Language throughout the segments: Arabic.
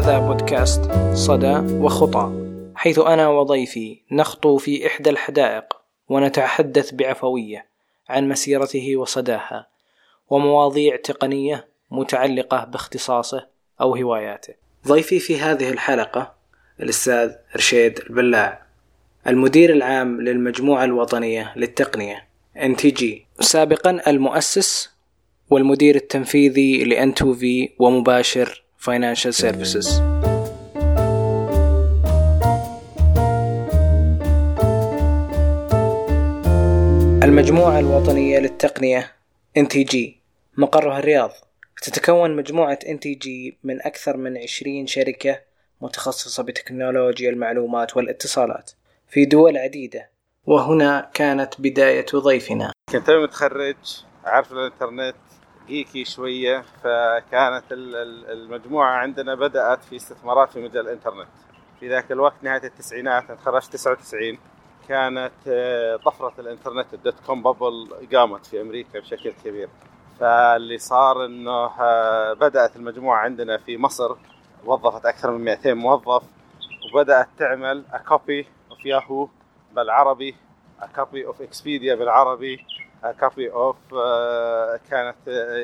هذا بودكاست صدى وخطى، حيث أنا وضيفي نخطو في إحدى الحدائق ونتحدث بعفوية عن مسيرته وصداها ومواضيع تقنية متعلقة باختصاصه أو هواياته. ضيفي في هذه الحلقة الأستاذ رشيد البلاع، المدير العام للمجموعة الوطنية للتقنية NTG، سابقا المؤسس والمدير التنفيذي لN2V ومباشر Financial Services. المجموعة الوطنية للتقنية NTG مقرها الرياض. تتكون مجموعة NTG من أكثر من 20 شركة متخصصة بتكنولوجيا المعلومات والاتصالات في دول عديدة، وهنا كانت بداية ضيفنا. كنت متخرج، عارف الانترنت، جيكي شوية، فكانت المجموعة عندنا بدأت في استثمارات في مجال الانترنت في ذاك الوقت نهاية التسعينات. تخرجت 99، كانت طفرة الانترنت .com بابل قامت في أمريكا بشكل كبير. فاللي صار إنه بدأت المجموعة عندنا في مصر، وظفت أكثر من 200 موظف، وبدأت تعمل a copy of Yahoo بالعربي، a copy of Expedia بالعربي، a copy of كانت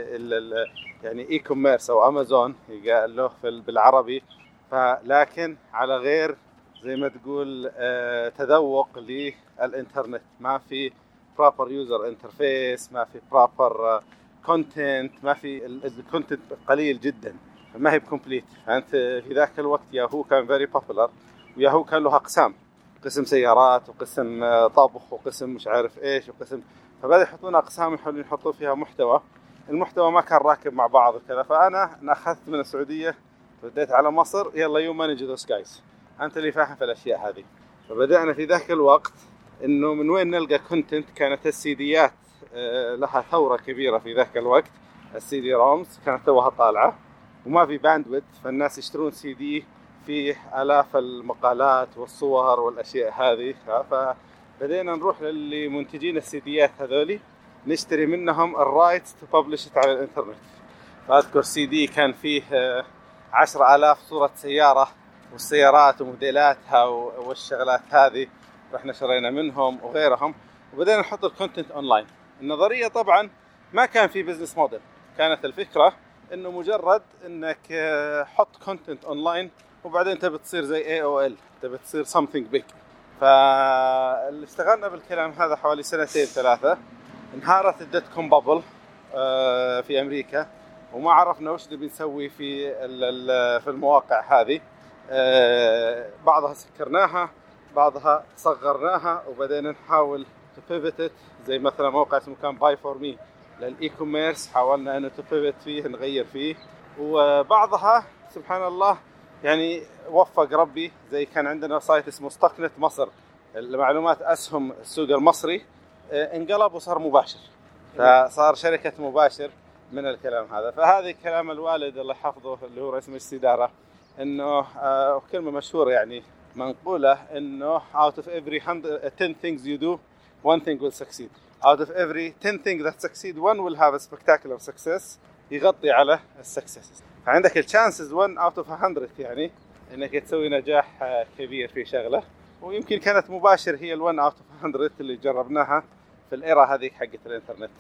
يعني اي كوميرس او امازون قال له بالعربي. فلكن على غير زي ما تقول تذوق للإنترنت، ما في proper user interface، ما في proper content، ما في الكونتنت قليل جدا، ما هي بكمبليت. فأنت في ذاك الوقت ياهو كان very popular، وياهو كان له أقسام، قسم سيارات وقسم طبخ وقسم مش عارف إيش وقسم، فبدأ يحطون أقسام يحاولون يحطون فيها محتوى. المحتوى ما كان راكب مع بعض وكذا. فأنا أخذت من السعودية بديت على مصر، يلا you manage those guys، أنت اللي فاهم في الأشياء هذه. فبدأنا في ذاك الوقت إنه من وين نلقى كونتنت. كانت السيديات لها ثورة كبيرة في ذاك الوقت، السيدي رومز كانت توها طالعة وما في باندويت، فالناس يشترون CD فيه آلاف المقالات والصور والأشياء هذه. فبدينا نروح للمنتجين السيديات هذولي نشتري منهم الرايتس تو ببلش على الانترنت. فأذكر CD كان فيه 10,000 صورة سيارة والسيارات وموديلاتها والشغلات هذه، رحنا شرينا منهم وغيرهم، وبدأنا نحط الكونتنت أونلاين. النظرية طبعا ما كان في بزنس موديل، كانت الفكرة إنه مجرد إنك حط كونتنت أونلاين وبعدين تبي تصير زي AOL، تبي تصير something big. فاللي اشتغلنا بالكلام هذا حوالي 2-3 انهارت .com بابل في أمريكا، وما عرفنا وش نبي نسوي في المواقع هذه. بعضها سكرناها، بعضها صغرناها، وبدأنا نحاول تبيفت، زي مثلا موقع اسمه كان باي فور مي للإي كوميرس، حاولنا أنه تبيفت فيه، نغير فيه. وبعضها سبحان الله يعني وفق ربي، زي كان عندنا سايت اسمه ستوكنت مصر، المعلومات أسهم السوق المصري، انقلب وصار مباشر، فصار شركة مباشر من الكلام هذا. فهذا كلام الوالد الله يحفظه اللي هو رئيس مجلس الإدارة، إنه كلمة مشهورة يعني منقولة، إنه out of every 10 things you do, one thing will succeed. Out of every 10 things that succeed, one will have a spectacular success، يغطي على السكسس. فعندك الشانسز 1 out of 100 يعني إنك تسوي نجاح كبير في شغلة. ويمكن كانت مباشر هي ال 1 out of 100 اللي جربناها في الإيرا هذه حقت الإنترنت.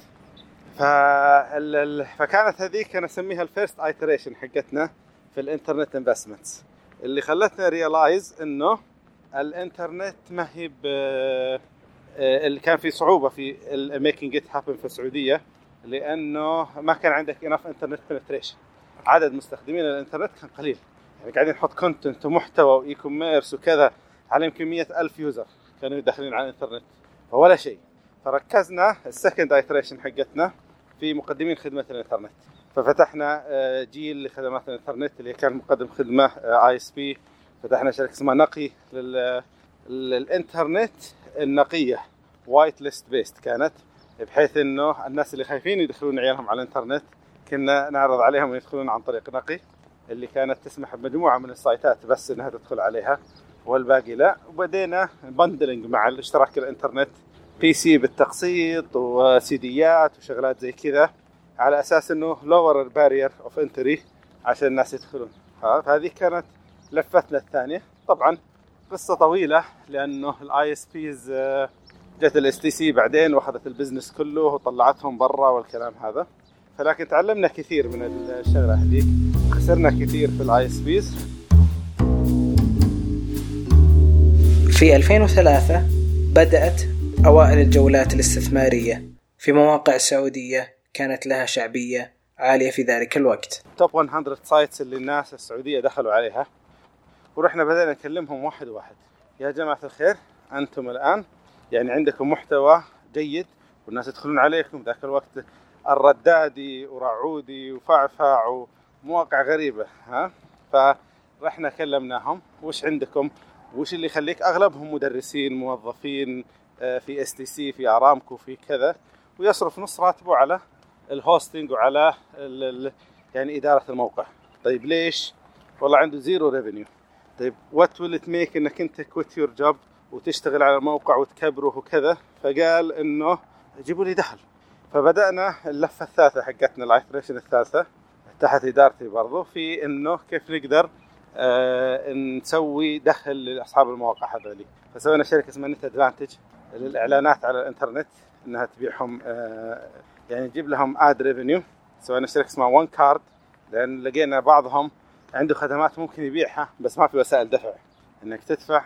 فكانت هذيك أنا أسميها الفيرست ايتريشن حقتنا في الانترنت انفستمنتس، اللي خلتنا ريالايز انه الانترنت ما هي اللي كان في صعوبة في making it happen في السعودية، لأنه ما كان عندك enough انترنت penetration، عدد مستخدمين الانترنت كان قليل. يعني قاعدين نحط كونتنت ومحتوى وإي كوميرس وكذا على يمكن 100,000 يوزر كانوا داخلين على الانترنت، فولا شيء. فركزنا السكند ايتريشن حقتنا في مقدمين خدمة الانترنت، ففتحنا جيل لخدمات الانترنت اللي كان مقدم خدمة ISP. فتحنا شركة اسمها نقي للإنترنت النقية، وايت ليست بيست كانت، بحيث إنه الناس اللي خايفين يدخلون عيالهم على الانترنت كنا نعرض عليهم يدخلون عن طريق نقي، اللي كانت تسمح بمجموعة من السايتات بس إنها تدخل عليها والباقي لا. وبدينا بندلنج مع الاشتراك الانترنت، PC بالتقسيط وسيديات وشغلات زي كذا، على أساس إنه lower barrier of entry عشان الناس يدخلون. هذه كانت لفتنا الثانية. طبعا قصة طويلة لأنه الاي اس بيز جت الاس تي سي بعدين واخذت البزنس كله وطلعتهم برا والكلام هذا. فلكن تعلمنا كثير من الشغلة هذه، خسرنا كثير في الاي اس بيز. في 2003 بدأت أوائل الجولات الاستثمارية في مواقع سعودية كانت لها شعبية عالية في ذلك الوقت. توب 100 سايتس اللي الناس السعودية دخلوا عليها، ورحنا بدأنا نكلمهم واحد واحد. يا جماعة الخير، أنتم الآن يعني عندكم محتوى جيد والناس يدخلون عليكم. ذاك الوقت الردادي ورعودي وفعفع ومواقع غريبة. فرحنا كلمناهم، وش عندكم، وش اللي يخليك. أغلبهم مدرسين، موظفين في اس تي سي، في ارامكو، في كذا، ويصرف نص راتبه على الهوستنج وعلى يعني إدارة الموقع. طيب ليش؟ والله عنده زيرو ريفينيو. طيب وات ويل ات ميك انك انت كويت يور جوب وتشتغل على الموقع وتكبره وكذا؟ فقال انه جيبوا لي دخل. فبدأنا اللفة الثالثة حقتنا، الايتريشن الثالثة تحت إدارتي برضو، في انه كيف نقدر نسوي دخل لأصحاب المواقع هذولي. فسوينا شركة اسمها نت ادفانتج للإعلانات على الانترنت، انها تبيعهم يعني تجيب لهم اد ريفينيو. سوينا شركة اسمها وان كارد، لأن لقينا بعضهم عنده خدمات ممكن يبيعها بس ما في وسائل دفع انك تدفع.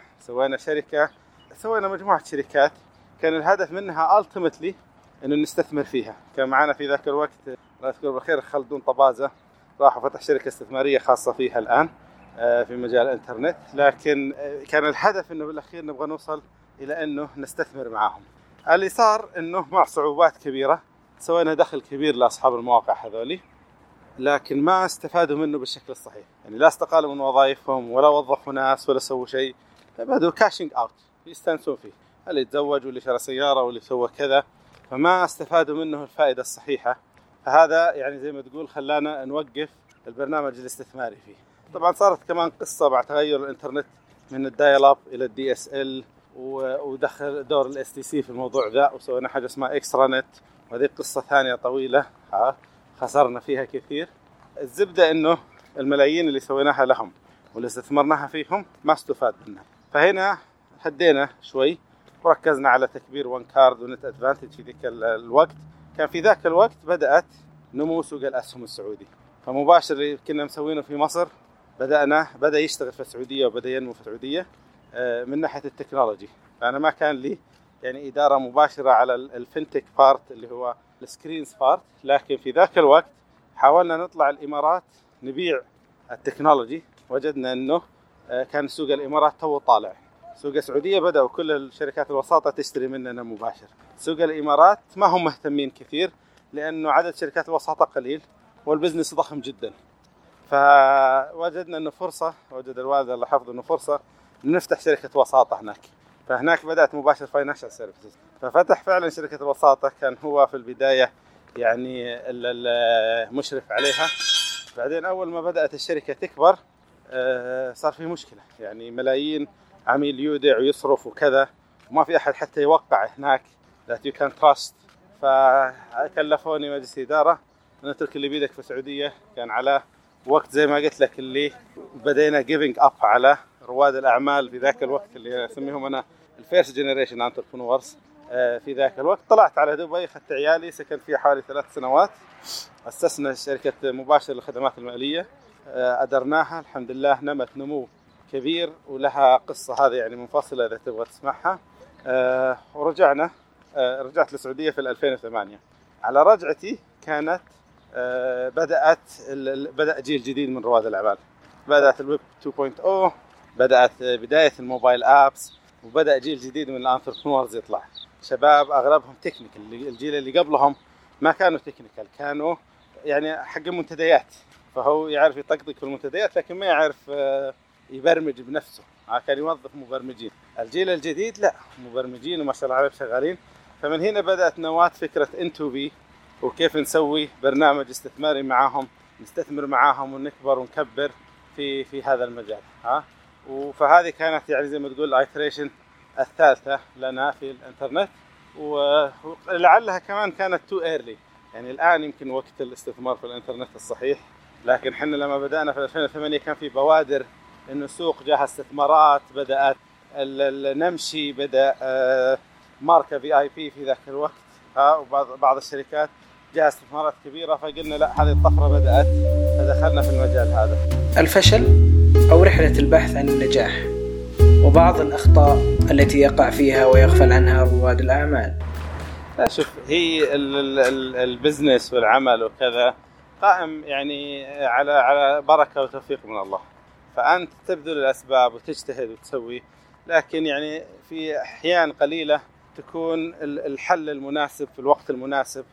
سوينا مجموعة شركات كان الهدف منها ultimately انه نستثمر فيها. كان معنا في ذاك الوقت الله يذكره بالخير خلدون طبازة، راح فتح شركة استثمارية خاصة فيها الآن في مجال الانترنت. لكن كان الهدف انه بالاخير نبغى نوصل الى انه نستثمر معهم. اللي صار انه مع صعوبات كبيرة سوينا دخل كبير لاصحاب المواقع هذولي، لكن ما استفادوا منه بالشكل الصحيح. يعني لا استقالوا من وظائفهم ولا وظفوا ناس ولا سووا شيء، بدوا كاشينج اوت يستانسون فيه، اللي يتزوج واللي شرى سيارة واللي سوى كذا، فما استفادوا منه الفائدة الصحيحة. فهذا يعني زي ما تقول خلانا نوقف البرنامج الاستثماري فيه. طبعا صارت كمان قصة مع تغير الانترنت من الدايل اب الى الدي اس ال، ودخل دور الاس تي سي في الموضوع ذا، وسوينا حاجة اسمها اكسترا نت، وهذه قصة ثانية طويلة خسرنا فيها كثير. الزبدة انه الملايين اللي سويناها لهم واللي استثمرناها فيهم ما استفاد منها. فهنا هدينا شوي وركزنا على تكبير وان كارد ونت ادفانتج في ذاك الوقت. كان في ذاك الوقت بدأت نمو سوق الأسهم السعودي، فمباشر اللي كنا مسوينه في مصر بدأ يشتغل في السعودية وبدأ ينمو في السعودية من ناحية التكنولوجي. فأنا ما كان لي يعني إدارة مباشرة على الفنتك بارت اللي هو السكرينز بارت، لكن في ذاك الوقت حاولنا نطلع الإمارات نبيع التكنولوجي. وجدنا أنه كان سوق الإمارات تو طالع، سوق السعودية بدأوا كل الشركات الوساطة تشتري مننا مباشر. سوق الإمارات ما هم مهتمين كثير لأنه عدد شركات الوساطة قليل والبزنس ضخم جدا. فوجدنا أنه فرصة، وجد الوالد الله حفظه أنه فرصة نفتح شركة وساطة هناك. فهناك بدأت مباشر فاينانشال سيرفيسز، ففتح فعلا شركة الوساطة. كان هو في البداية يعني المشرف عليها. بعدين أول ما بدأت الشركة تكبر صار في مشكلة، يعني ملايين عميل يودع ويصرف وكذا، وما في أحد حتى يوقع هناك that you can trust. فكلفوني مجلس إدارة أن نترك اللي بيدك في السعودية. كان على وقت زي ما قلت لك اللي بدينا giving up على رواد الأعمال في ذاك الوقت اللي أسميهم أنا الفيرست جنريشن انتربرنورز. في ذاك الوقت طلعت على دبي، أخذت عيالي، سكنت فيها حوالي 3 سنوات. أسسنا شركة مباشر للخدمات المالية، أدرناها الحمد لله، نمت نمو كبير ولها قصة هذه يعني منفصلة إذا تبغى تسمعها. رجعت للسعودية في 2008. على رجعتي كانت بدأ جيل جديد من رواد الأعمال، بدأت الويب 2.0، بدأت بداية الموبايل آبس، وبدأ جيل جديد من الانتربرنورز يطلع، شباب أغلبهم تكنيكال. الجيل اللي قبلهم ما كانوا تكنيكال، كانوا يعني حق منتديات، فهو يعرف يطقطق في المنتديات لكن ما يعرف يبرمج بنفسه. كان يوظف مبرمجين. الجيل الجديد لا، مبرمجين وما شاء الله عليهم شغالين. فمن هنا بدأت نواة فكرة N2B، وكيف نسوي برنامج استثماري معاهم، نستثمر معاهم ونكبر ونكبر في هذا المجال. فهذه كانت يعني زي ما تقول الايتريشن الثالثة لنا في الانترنت، ولعلها كمان كانت too early. يعني الآن يمكن وقت الاستثمار في الانترنت الصحيح، لكن حنا لما بدأنا في 2008 كان في بوادر إنه السوق جاها استثمارات، بدأت نمشي، بدأ ماركة VIP في ذاك الوقت، وبعض الشركات جاها استثمارات كبيرة، فقلنا لا، هذه الطفرة بدأت، فدخلنا في المجال هذا. الفشل أو رحلة البحث عن النجاح، وبعض الأخطاء التي يقع فيها ويغفل عنها رواد الأعمال. شوف، هي البزنس والعمل وكذا قائم يعني على بركة وتوفيق من الله، فأنت تبذل الأسباب وتجتهد وتسوي، لكن يعني في أحيان قليلة تكون الحل المناسب في الوقت المناسب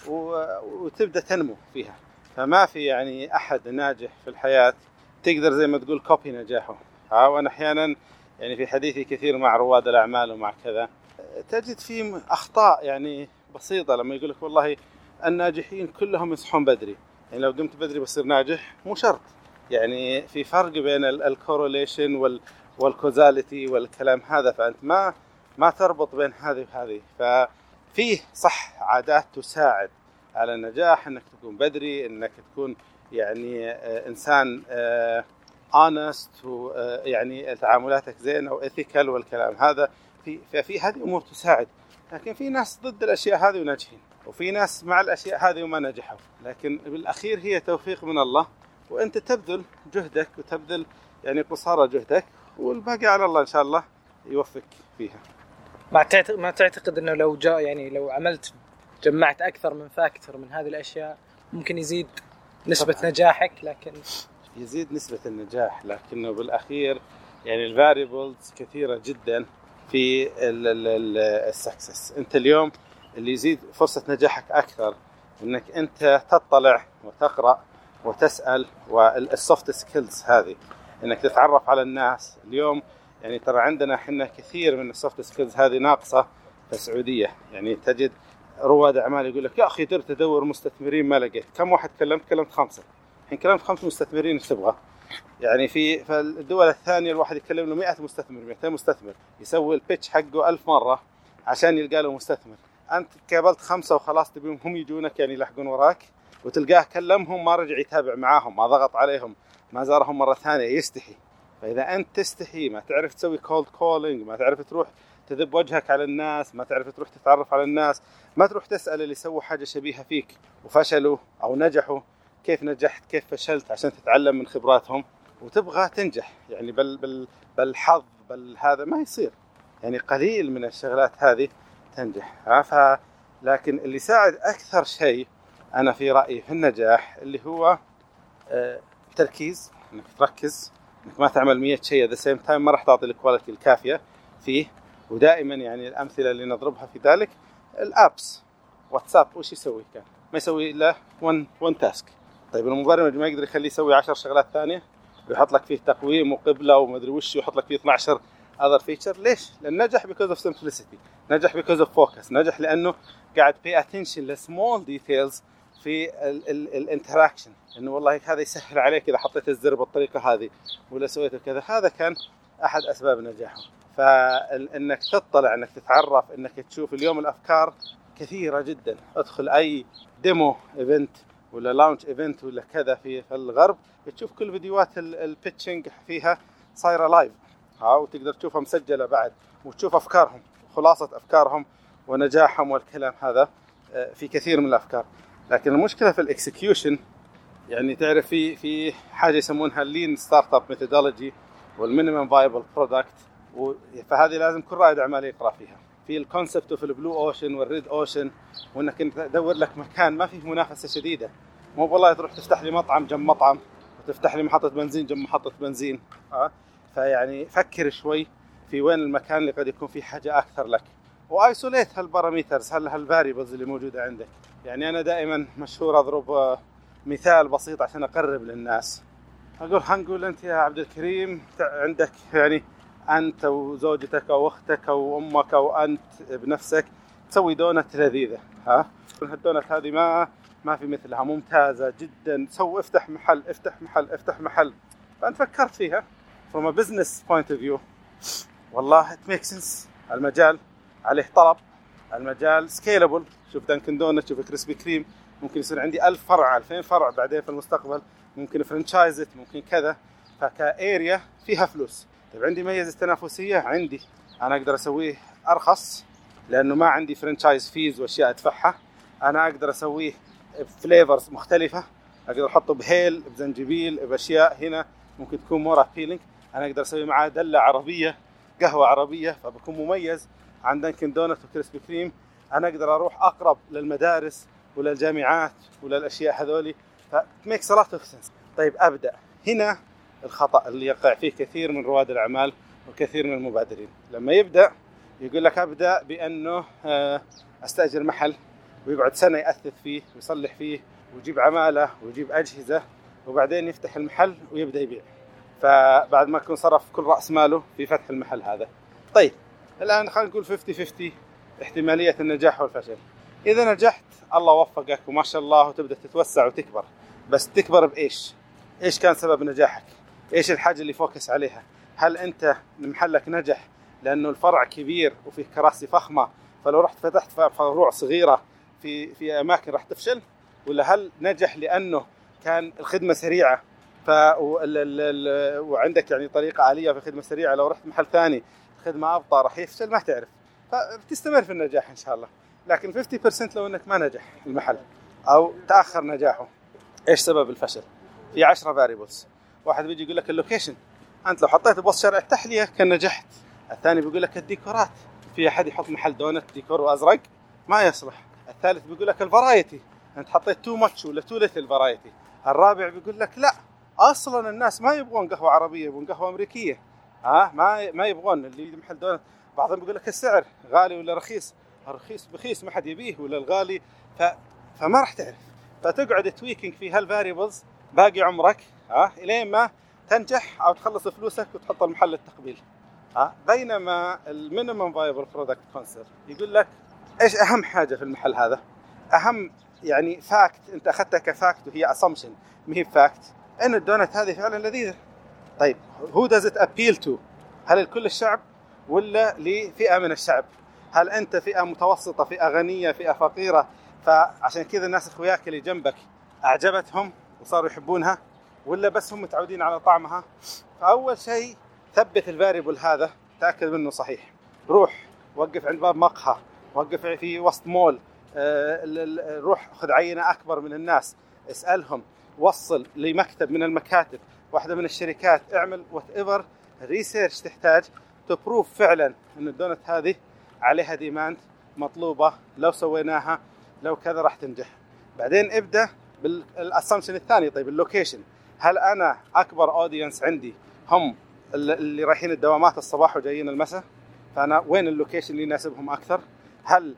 وتبدأ تنمو فيها. فما في يعني أحد ناجح في الحياة تقدر زي ما تقول كوبي نجاحه. وأنا أحيانا يعني في حديثي كثير مع رواد الأعمال ومع كذا تجد فيه أخطاء يعني بسيطة، لما يقول لك والله الناجحين كلهم يصحون بدري، يعني لو قمت بدري بصير ناجح؟ مو شرط، يعني في فرق بين الكوروليشن والكوزاليتي والكلام هذا، فأنت ما تربط بين هذه وهذه. ففيه صح عادات تساعد على النجاح، انك تكون بدري، انك تكون يعني انسان honest، ويعني تعاملاتك زين او ethical والكلام هذا، في هذه امور تساعد. لكن في ناس ضد الاشياء هذه وناجحين، وفي ناس مع الاشياء هذه وما نجحوا، لكن بالاخير هي توفيق من الله، وانت تبذل جهدك وتبذل يعني قصارى جهدك، والباقي على الله ان شاء الله يوفق فيها. ما تعتقد انه لو لو عملت جمعت اكثر من فاكتور من هذه الاشياء ممكن يزيد نسبة طبعا نجاحك؟ لكن يزيد نسبة النجاح، لكنه بالاخير يعني الفاريبلز كثيرة جدا في السكسس. انت اليوم اللي يزيد فرصة نجاحك اكثر انك انت تطلع وتقرأ وتسأل، والسوفت سكيلز هذه انك تتعرف على الناس. اليوم يعني ترى عندنا احنا كثير من السوفت سكيلز هذه ناقصة في السعودية. يعني تجد رواد اعمال يقول لك يا اخي درت ادور مستثمرين ما لقيت. كم واحد كلمت 5، الحين كلمت 5 مستثمرين ايش تبغى؟ يعني في الدول الثانية الواحد يكلم له 100 مستثمر 200 مستثمر، يسوي البيتش حقه 1000 مرة عشان يلقى له مستثمر. انت قابلت 5 وخلاص تبيهم هم يجونك يعني يلحقون وراك، وتلقاه كلمهم ما رجع يتابع معاهم، ما ضغط عليهم، ما زارهم مرة ثانية، يستحي. فإذا أنت تستحي، ما تعرف تسوي cold calling، ما تعرف تروح تذب وجهك على الناس، ما تعرف تروح تتعرف على الناس، ما تروح تسأل اللي سووا حاجة شبيهة فيك وفشلوا أو نجحوا كيف نجحت كيف فشلت عشان تتعلم من خبراتهم وتبغى تنجح، يعني بالحظ هذا ما يصير. يعني قليل من الشغلات هذه تنجح. لكن اللي ساعد أكثر شيء أنا في رأيي في النجاح اللي هو تركيز، إنك تركز، إنك ما تعمل 100 شيء at the same time، ما راح تعطي الكواليتي الكافية فيه. ودائما يعني الأمثلة اللي نضربها في ذلك الأبس، واتساب وش يسوي؟ كان ما يسوي إلا one task. طيب المبرمج ما يقدر يخليه يسوي 10 شغلات ثانية ويحط لك فيه تقويم وقبلة وما أدري وش، ويحط لك فيه 12 other feature. ليش؟ لأن نجح because of simplicity، نجح because of focus، نجح لأنه قاعد pay attention لسمول details في الانتراكشن، إنه والله هذا يسهل عليك إذا حطيت الزر بالطريقة هذه ولا سويته كذا. هذا كان أحد أسباب نجاحه. فإنك تطلع، إنك تتعرف، إنك تشوف. اليوم الأفكار كثيرة جدا، ادخل أي ديمو إيفنت ولا لانش إيفنت ولا كذا في الغرب، تشوف كل فيديوهات البيتشنج فيها صايرة لايف، وتقدر تشوفها مسجلة بعد، وتشوف أفكارهم، خلاصة أفكارهم ونجاحهم والكلام هذا في كثير من الأفكار. لكن المشكلة في الإكسكيوشن، يعني تعرف في حاجة يسمونها اللين ستارت اب ميثودولوجي والمينيمم فايبل برودكت، فهذه لازم كل رائد أعمال يقرأ فيها. في الكونسبت وفي البلو أوشن والريد أوشن، وإنك أنت تدور لك مكان ما فيه منافسة شديدة. مو والله تروح تفتح لي مطعم جنب مطعم، وتفتح لي محطة بنزين جنب محطة بنزين. فيعني فكر شوي في وين المكان اللي قد يكون فيه حاجة أكثر لك، وآيسوليت هالباراميترز، هالفاريبلز اللي موجودة عندك. يعني أنا دائما مشهور أضرب مثال بسيط عشان أقرب للناس. هنقول أنت يا عبد الكريم عندك يعني أنت وزوجتك أو أختك أو أمك أو أنت بنفسك تسوي دونت لذيذة. هالدونت هذه ما في مثلها، ممتازة جدا، افتح محل. فأنت فكرت فيها from a business point of view، والله it makes sense، المجال عليه طلب المجال سكيلبل. شوف دانكن دونت، شوف كريسبي كريم، ممكن يصير عندي 1000 فرع 2000 فرع بعدين في المستقبل، ممكن فرنشايزت، ممكن كذا. فكأريا فيها فلوس. طيب عندي ميزة تنافسية، عندي أنا أقدر أسويه أرخص لأنه ما عندي فرنشايز فيز وأشياء أدفعها. أنا أقدر أسويه بفليفرز مختلفة، أقدر أحطه بهيل، بزنجبيل، بأشياء هنا ممكن تكون مور أبيلينج. أنا أقدر أسوي معاه دلة عربية، قهوة عربية، فبكون مميز عن دانكن دونت وكريسبي كريم. أنا أقدر أروح أقرب للمدارس وللجامعات وللأشياء هذولي، فميكس لوت اوف سنس. طيب أبدأ هنا الخطأ اللي يقع فيه كثير من رواد الأعمال وكثير من المبادرين. لما يبدأ يقول لك أبدأ بأنه أستأجر محل ويقعد سنة يأثث فيه ويصلح فيه ويجيب عمالة ويجيب أجهزة، وبعدين يفتح المحل ويبدأ يبيع، فبعد ما يكون صرف كل رأس ماله في فتح المحل هذا. طيب الآن خلينا نقول 50-50 احتمالية النجاح والفشل. إذا نجحت الله وفقك وما شاء الله وتبدأ تتوسع وتكبر، بس تكبر بإيش؟ إيش كان سبب نجاحك؟ إيش الحاجة اللي فوكس عليها؟ هل أنت محلك نجح لأنه الفرع كبير وفيه كراسي فخمة فلو رحت فتحت فروع صغيرة في أماكن راح تفشل؟ ولا هل نجح لأنه كان الخدمة سريعة وعندك يعني طريقة آلية في خدمة سريعة، لو رحت محل ثاني خدمة أبطأ راح يفشل؟ ما تعرف، فبتستمر في النجاح إن شاء الله. لكن 50% لو أنك ما نجح المحل أو تأخر نجاحه، إيش سبب الفشل؟ في 10 variables. واحد بيجي يقول لك اللوكيشن، أنت لو حطيت بوسط شارع التحلية كان نجحت. الثاني بيقول لك الديكورات، في أحد يحط محل دونت ديكور وأزرق ما يصلح. الثالث بيقول لك الفرايتي، أنت حطيت تو ماتش ولا تو ليتل فرايتي. الرابع بيقول لك لا أصلا الناس ما يبغون قهوة عربية، يبغون قهوة أمريكية. ما يبغون اللي محل دونت. بعضهم بيقول لك السعر غالي ولا رخيص، الرخيص بخيس ما حد يبيه، ولا الغالي فما راح تعرف. فتقعد تويكينج في هالفاريبلز باقي عمرك إلين ما تنجح أو تخلص فلوسك وتحط المحل التقبيل. بينما المينيمم فايبل برودكت كونسبت يقول لك إيش أهم حاجة في المحل هذا، أهم يعني فاكت أنت أخذتها كفاكت وهي أسامبشن مهي فاكت، إن الدونت هذه فعلا لذيذة. طيب who does it appeal to؟ هل لكل الشعب ولا لفئة من الشعب؟ هل أنت فئة متوسطة، فئة غنية، فئة فقيرة، فعشان كذا الناس أخوياك اللي جنبك أعجبتهم وصاروا يحبونها، ولا بس هم متعودين على طعمها؟ فأول شيء ثبت الفاريبل هذا، تأكد منه صحيح. روح وقف عند باب مقهى، وقف في وسط مول، روح خذ عينة أكبر من الناس، اسألهم، وصل لمكتب من المكاتب، واحدة من الشركات، اعمل whatever research تحتاج تبروف فعلا أن الدونت هذه عليها ديماند مطلوبة، لو سويناها لو كذا راح تنجح. بعدين ابدأ بالاسامبشن الثاني. طيب اللوكيشن، هل أنا أكبر أودينس عندي هم اللي رايحين الدوامات الصباح وجايين المساء، فأنا وين اللوكيشن اللي يناسبهم أكثر؟ هل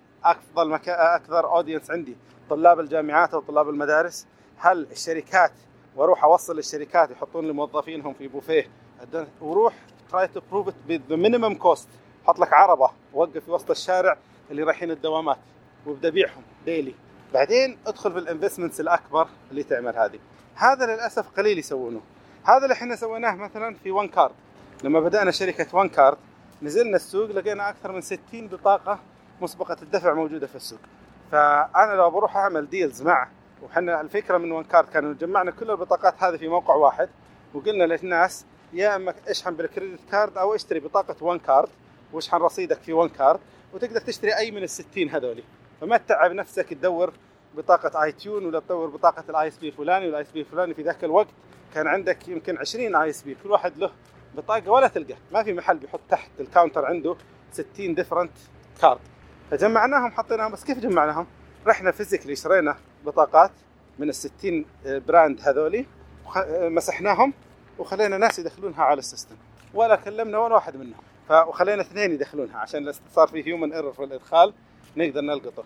أكثر أودينس عندي طلاب الجامعات أو طلاب المدارس؟ هل الشركات وأروح أوصل للشركات يحطون لموظفينهم في بوفيه؟ وروح try to prove it with the minimum cost. حط لك عربة ووقف في وسط الشارع اللي رايحين الدوامات وابدأ بيعهم ديلي. بعدين ادخل في الانفستمنتس الأكبر اللي تعمل هذه. هذا للأسف قليل يسوونه. هذا اللي احنا سويناه مثلا في وان كارد. لما بدأنا شركة وان كارد نزلنا السوق لقينا أكثر من 60 بطاقة مسبقة الدفع موجودة في السوق. فأنا لو بروح أعمل ديلز مع، وحنا الفكرة من وان كارد كانوا جمعنا كل البطاقات هذه في موقع واحد، وقلنا للناس يا أما اشحن بالكريدت كارد أو اشتري بطاقة وان كارد واشحن رصيدك في وان كارد وتقدر تشتري أي من 60 هذولي. فما تتعب نفسك تدور بطاقة اي تيون ولا تدور بطاقة الاي اس بي الفلاني والاي اس بي الفلاني. في ذاك الوقت كان عندك يمكن 20 اي اس بي، كل واحد له بطاقة ولا تلقى، ما في محل بيحط تحت الكاونتر عنده 60 ديفرنت كارد. فجمعناهم حطيناهم. بس كيف جمعناهم؟ رحنا فيزيكلي شرينا بطاقات من 60 براند هذولي مسحناهم وخلينا ناس يدخلونها على السيستم، ولا كلمنا ولا واحد منهم. وخلينا 2 يدخلونها عشان صار في هيومن ايرور في الادخال نقدر نلقطه.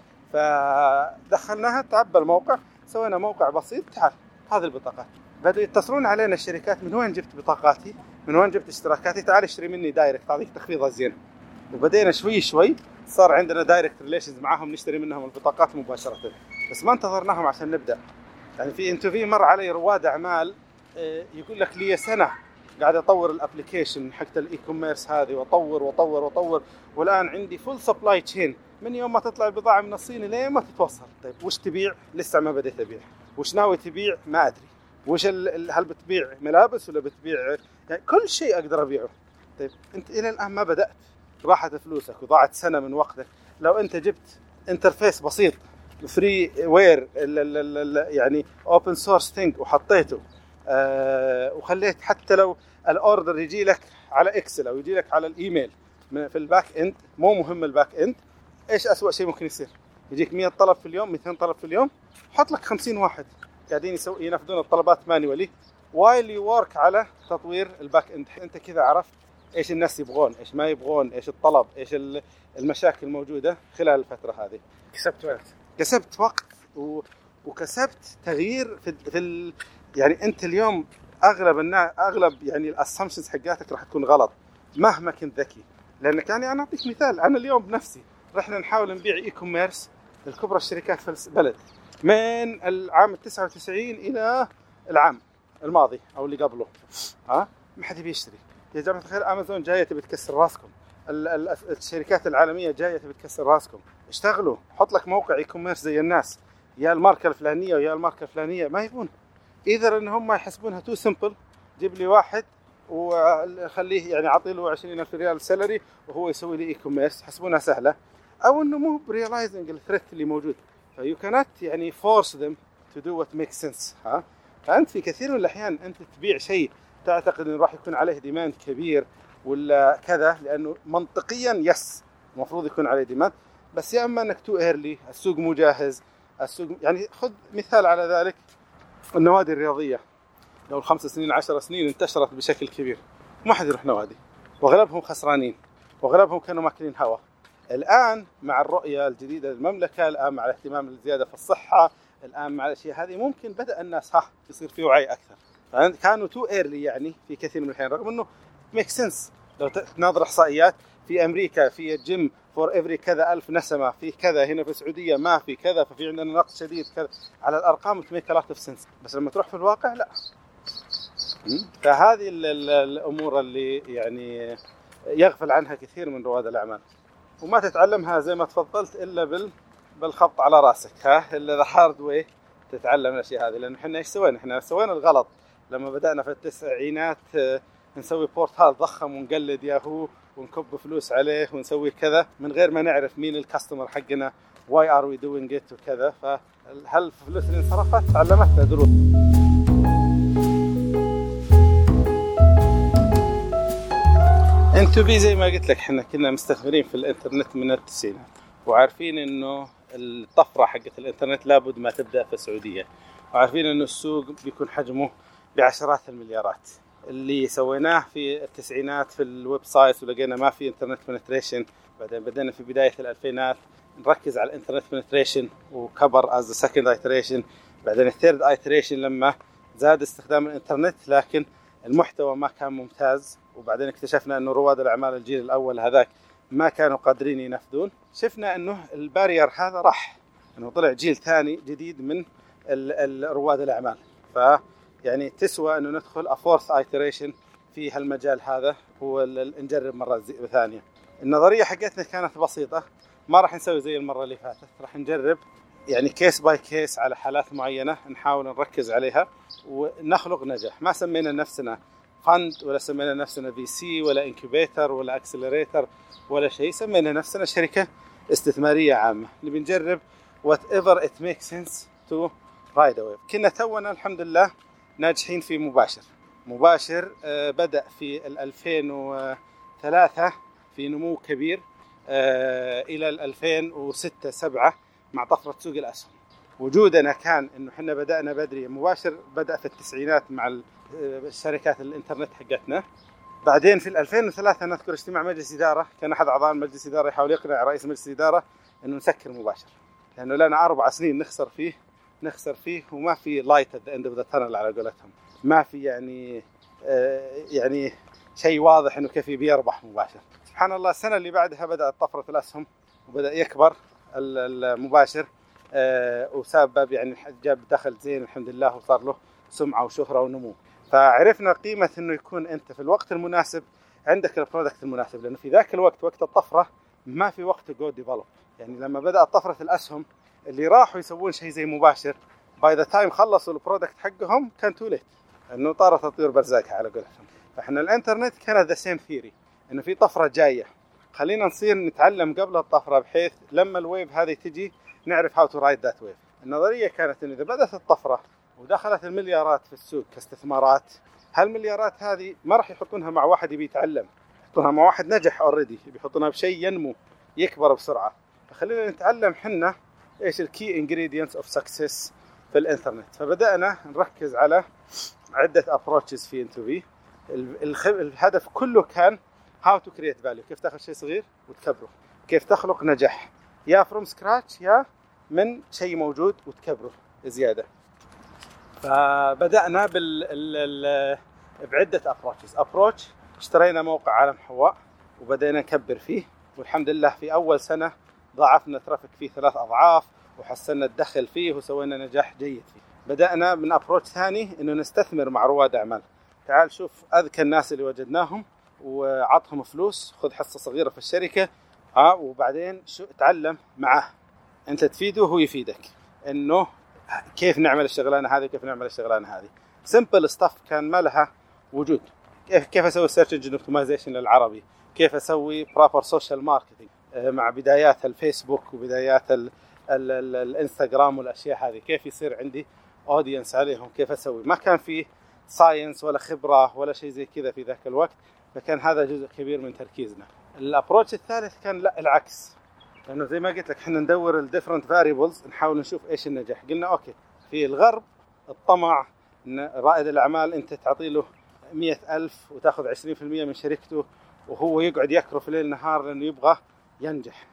فدخلناها، تعبى الموقع، سوينا موقع بسيط، تعال هذه البطاقات. بدأوا يتصلون علينا الشركات، من وين جبت بطاقاتي، من وين جبت اشتراكاتي، تعال اشتري مني دايركت أعطيك تخفيض زين. وبدينا شوي صار عندنا دايركت ريليشنز معاهم، نشتري منهم البطاقات مباشرة. بس ما انتظرناهم عشان نبدأ. يعني في انترفيو مر علي رواد أعمال يقول لك لي سنة قاعد اطور الابلكيشن حق الاي كوميرس هذه، واطور والان عندي فول سبلاي تشين من يوم ما تطلع البضاعه من الصين لين ما تتوصل. طيب وش تبيع؟ لسه ما بديت ابيع. وش ناوي تبيع؟ ما ادري. وش هل بتبيع ملابس ولا بتبيع؟ يعني كل شيء اقدر ابيعه. طيب انت الى الان ما بدات، راحت فلوسك وضاعت سنه من وقتك. لو انت جبت انترفيس بسيط فري وير يعني اوبن سورس ثينج وحطيته وخليت حتى لو الاوردر يجي لك على اكسل او يجي لك على الايميل في الباك اند، مو مهم الباك اند، ايش اسوأ شيء ممكن يصير؟ يجيك 100 طلب في اليوم، 200 طلب في اليوم، حط لك 50 واحد قاعدين ينفذون الطلبات مانيولي وايل يو ورك على تطوير الباك اند. انت كذا عرفت ايش الناس يبغون، ايش ما يبغون، ايش الطلب، ايش المشاكل الموجوده خلال الفتره هذه. كسبت وقت وكسبت تغيير في يعني انت اليوم اغلب يعني الاسامبشنز حقاتك راح تكون غلط مهما كنت ذكي. لانك يعني انا اعطيك مثال، انا اليوم بنفسي رحنا نحاول نبيع اي كوميرس لكبرى الشركات في البلد من العام 99 الى العام الماضي او اللي قبله. ما حد بيشتري. يا جماعه الخير، امازون جايه تبي تكسر راسكم، الشركات العالميه جايه تبي تكسر راسكم. اشتغلوا، حط لك موقع اي كوميرس زي الناس، يا الماركه الفلانيه ويا الماركه الفلانيه. ما يبون اذا ان هم يحسبونها تو سمبل، جيب لي واحد وخليه يعني اعطي له 20,000 ريال سالري وهو يسوي لي اي كوميرس، يحسبونها سهله، او انه مو بريلايزنج الثريت اللي موجود. فيو كانت يعني فورس ذم تو دو وات ميك سنس. فانت في كثير من الاحيان انت تبيع شيء تعتقد انه راح يكون عليه ديماند كبير ولا كذا، لانه منطقيا يس المفروض يكون عليه ديماند، بس يا اما انك تو ايرلي، السوق مو جاهز. السوق يعني خذ مثال على ذلك، النوادي الرياضيه لو 5 سنين 10 سنين انتشرت بشكل كبير، ما حد يروح نوادي واغلبهم خسرانين واغلبهم كانوا ماكلين هوا. الان مع الرؤيه الجديده للمملكه، الان مع الاهتمام الزياده في الصحه، الان مع الاشياء هذه ممكن بدا الناس يصير في وعي اكثر. كانوا تو ايرلي يعني في كثير من الحين، رغم انه ميك سنس. لو تناظر احصائيات في امريكا في الجيم فور افري كذا 1000 نسمه، في كذا هنا في السعوديه ما في كذا، ففي عندنا نقص شديد كذا. على الارقام تميك ثلاث اوف سنس، بس لما تروح في الواقع لا. فهذه الامور اللي يعني يغفل عنها كثير من رواد الاعمال، وما تتعلمها زي ما تفضلت الا بالخبط على راسك. الا ذا هارد واي تتعلم الاشياء هذه. لان احنا ايش سوينا؟ احنا سوينا الغلط لما بدانا في التسعينات نسوي بورتال ضخم ونقلد ياهو ونكب فلوس عليه ونسوي كذا من غير ما نعرف مين الكاستمر حقنا، واي ار وي دوينج ات وكذا. فهل الفلوس اللي انصرفت علمتنا دروس. انتو بي زي ما قلت لك، احنا كنا مستثمرين في الانترنت من التسعينات، وعارفين انه الطفره حقت الانترنت لابد ما تبدا في السعوديه، وعارفين انه السوق بيكون حجمه بعشرات المليارات. اللي سويناه في التسعينات في الويب سايت ولقينا ما في انترنت بنتريشن، بعدين بدأنا في بداية الألفينات نركز على الانترنت بنتريشن وكبر as the second iteration، بعدين الثيرد iteration لما زاد استخدام الانترنت لكن المحتوى ما كان ممتاز، وبعدين اكتشفنا انه رواد الأعمال الجيل الأول هذاك ما كانوا قادرين ينفذون. شفنا انه البارير هذا راح، انه طلع جيل ثاني جديد من رواد الأعمال. يعني تسوى أنه ندخل أفورث آيتريشن في هالمجال هذا، هو نجرب مرة ثانية. النظرية حقتنا كانت بسيطة، ما راح نسوي زي المرة اللي فاتت، راح نجرب يعني كيس باي كيس على حالات معينة نحاول نركز عليها ونخلق نجاح. ما سمينا نفسنا فند ولا سمينا نفسنا VC ولا انكوبيتر ولا اكسلريتر ولا شيء، سمينا نفسنا شركة استثمارية عامة اللي بنجرب whatever it makes sense to ride away. كنا تونا الحمد لله ناجحين في مباشر. بدأ في 2003 في نمو كبير إلى 2006-7 مع طفرة سوق الأسهم. وجودنا كان إنه إحنا بدأنا بدري. مباشر بدأ في التسعينات مع الشركات الإنترنت حقتنا. بعدين في 2003 نذكر اجتماع مجلس إدارة، كان أحد أعضاء مجلس إدارة يحاول يقنع رئيس مجلس إدارة إنه نسكر مباشر، لأنه لنا 4 سنين نخسر فيه وما في light at the end of the tunnel على قولتهم، ما في يعني شيء واضح إنه كيف بيربح مباشر. سبحان الله السنة اللي بعدها بدأت طفرة الأسهم وبدأ يكبر المباشر، وسبب يعني جاب دخل زين الحمد لله وصار له سمعة وشهرة ونمو. فعرفنا قيمة إنه يكون أنت في الوقت المناسب عندك البرودكت المناسب، لأنه في ذاك الوقت وقت الطفرة ما في وقت جو ديفلوب. يعني لما بدأت طفرة الأسهم اللي راحوا يسوون شيء زي مباشر باي ذا تايم خلصوا البرودكت حقهم كان تو ليت، إنه طارت تطير برزاقها على قولتهم. فإحنا الإنترنت كانت ذا سيم ثيري، إنه في طفرة جاية، خلينا نصير نتعلم قبل الطفرة بحيث لما الويف هذه تجي نعرف how to ride that wave. النظرية كانت إنه إذا بدأت الطفرة ودخلت المليارات في السوق كاستثمارات، هالمليارات هذه ما راح يحطونها مع واحد يبي يتعلم، يحطونها مع واحد نجح already، بيحطونها بشيء ينمو يكبر بسرعة. فخلينا نتعلم حنا إيش الكي ingredients of success في الإنترنت. فبدأنا نركز على عدة approaches في N2V. الهدف كله كان how to create value، كيف تأخذ شيء صغير وتكبره، كيف تخلق نجاح يا from scratch يا من شيء موجود وتكبره زيادة. فبدأنا بعدة approach. اشترينا موقع عالم حواء وبدأنا نكبر فيه، والحمد لله في أول سنة ضاعفنا ترافيك فيه 3 أضعاف وحسنا الدخل فيه وسوينا نجاح جيد فيه. بدأنا من approach ثاني إنه نستثمر مع رواد أعمال. تعال شوف أذكى الناس اللي وجدناهم وعطهم فلوس، خذ حصة صغيرة في الشركة وبعدين تعلم معه، أنت تفيده وهو يفيدك، إنه كيف نعمل الشغلانة هذه وكيف نعمل الشغلانة هذه. simple stuff كان ما لها وجود. كيف أسوي search engine optimization للعربي، كيف أسوي proper social marketing مع بدايات الفيسبوك وبدايات الانستغرام والأشياء هذه، كيف يصير عندي audience عليهم، كيف أسوي. ما كان في ساينس ولا خبرة ولا شيء زي كذا في ذاك الوقت، فكان هذا جزء كبير من تركيزنا. الابروتش الثالث كان لا العكس، لأنه زي ما قلت لك احنا ندور الديفرنت فاريبلز، نحاول نشوف ايش النجاح. قلنا اوكي في الغرب الطمع ان رائد الأعمال انت تعطي له 100,000 وتاخذ 20% من شركته وهو يقعد يكرف ليل نهار لأنه يبغى ينجح،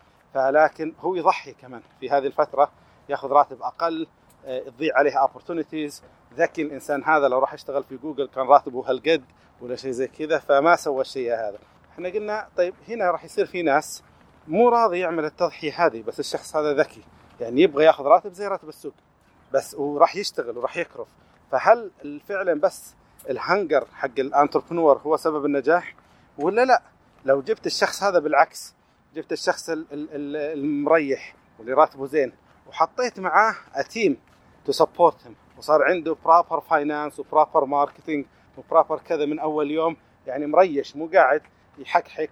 فلكن هو يضحي كمان في هذه الفترة، ياخذ راتب أقل، تضيع عليه opportunities. ذكي الإنسان هذا لو راح يشتغل في جوجل كان راتبه هالقد ولا شيء زي كذا، فما سوى الشيء هذا. احنا قلنا طيب هنا راح يصير في ناس مو راضي يعمل التضحية هذه، بس الشخص هذا ذكي يعني يبغى ياخذ راتب زي راتب السوق بس، وراح يشتغل وراح يكرف. فهل فعلا بس الهنجر حق الانتربرنور هو سبب النجاح ولا لا؟ لو جبت الشخص هذا بالعكس، جبت الشخص المريح واللي راتبه زين وحطيت معاه أتيم to support him وصار عنده proper finance وproper marketing وproper كذا من أول يوم، يعني مريش مو قاعد يحكحك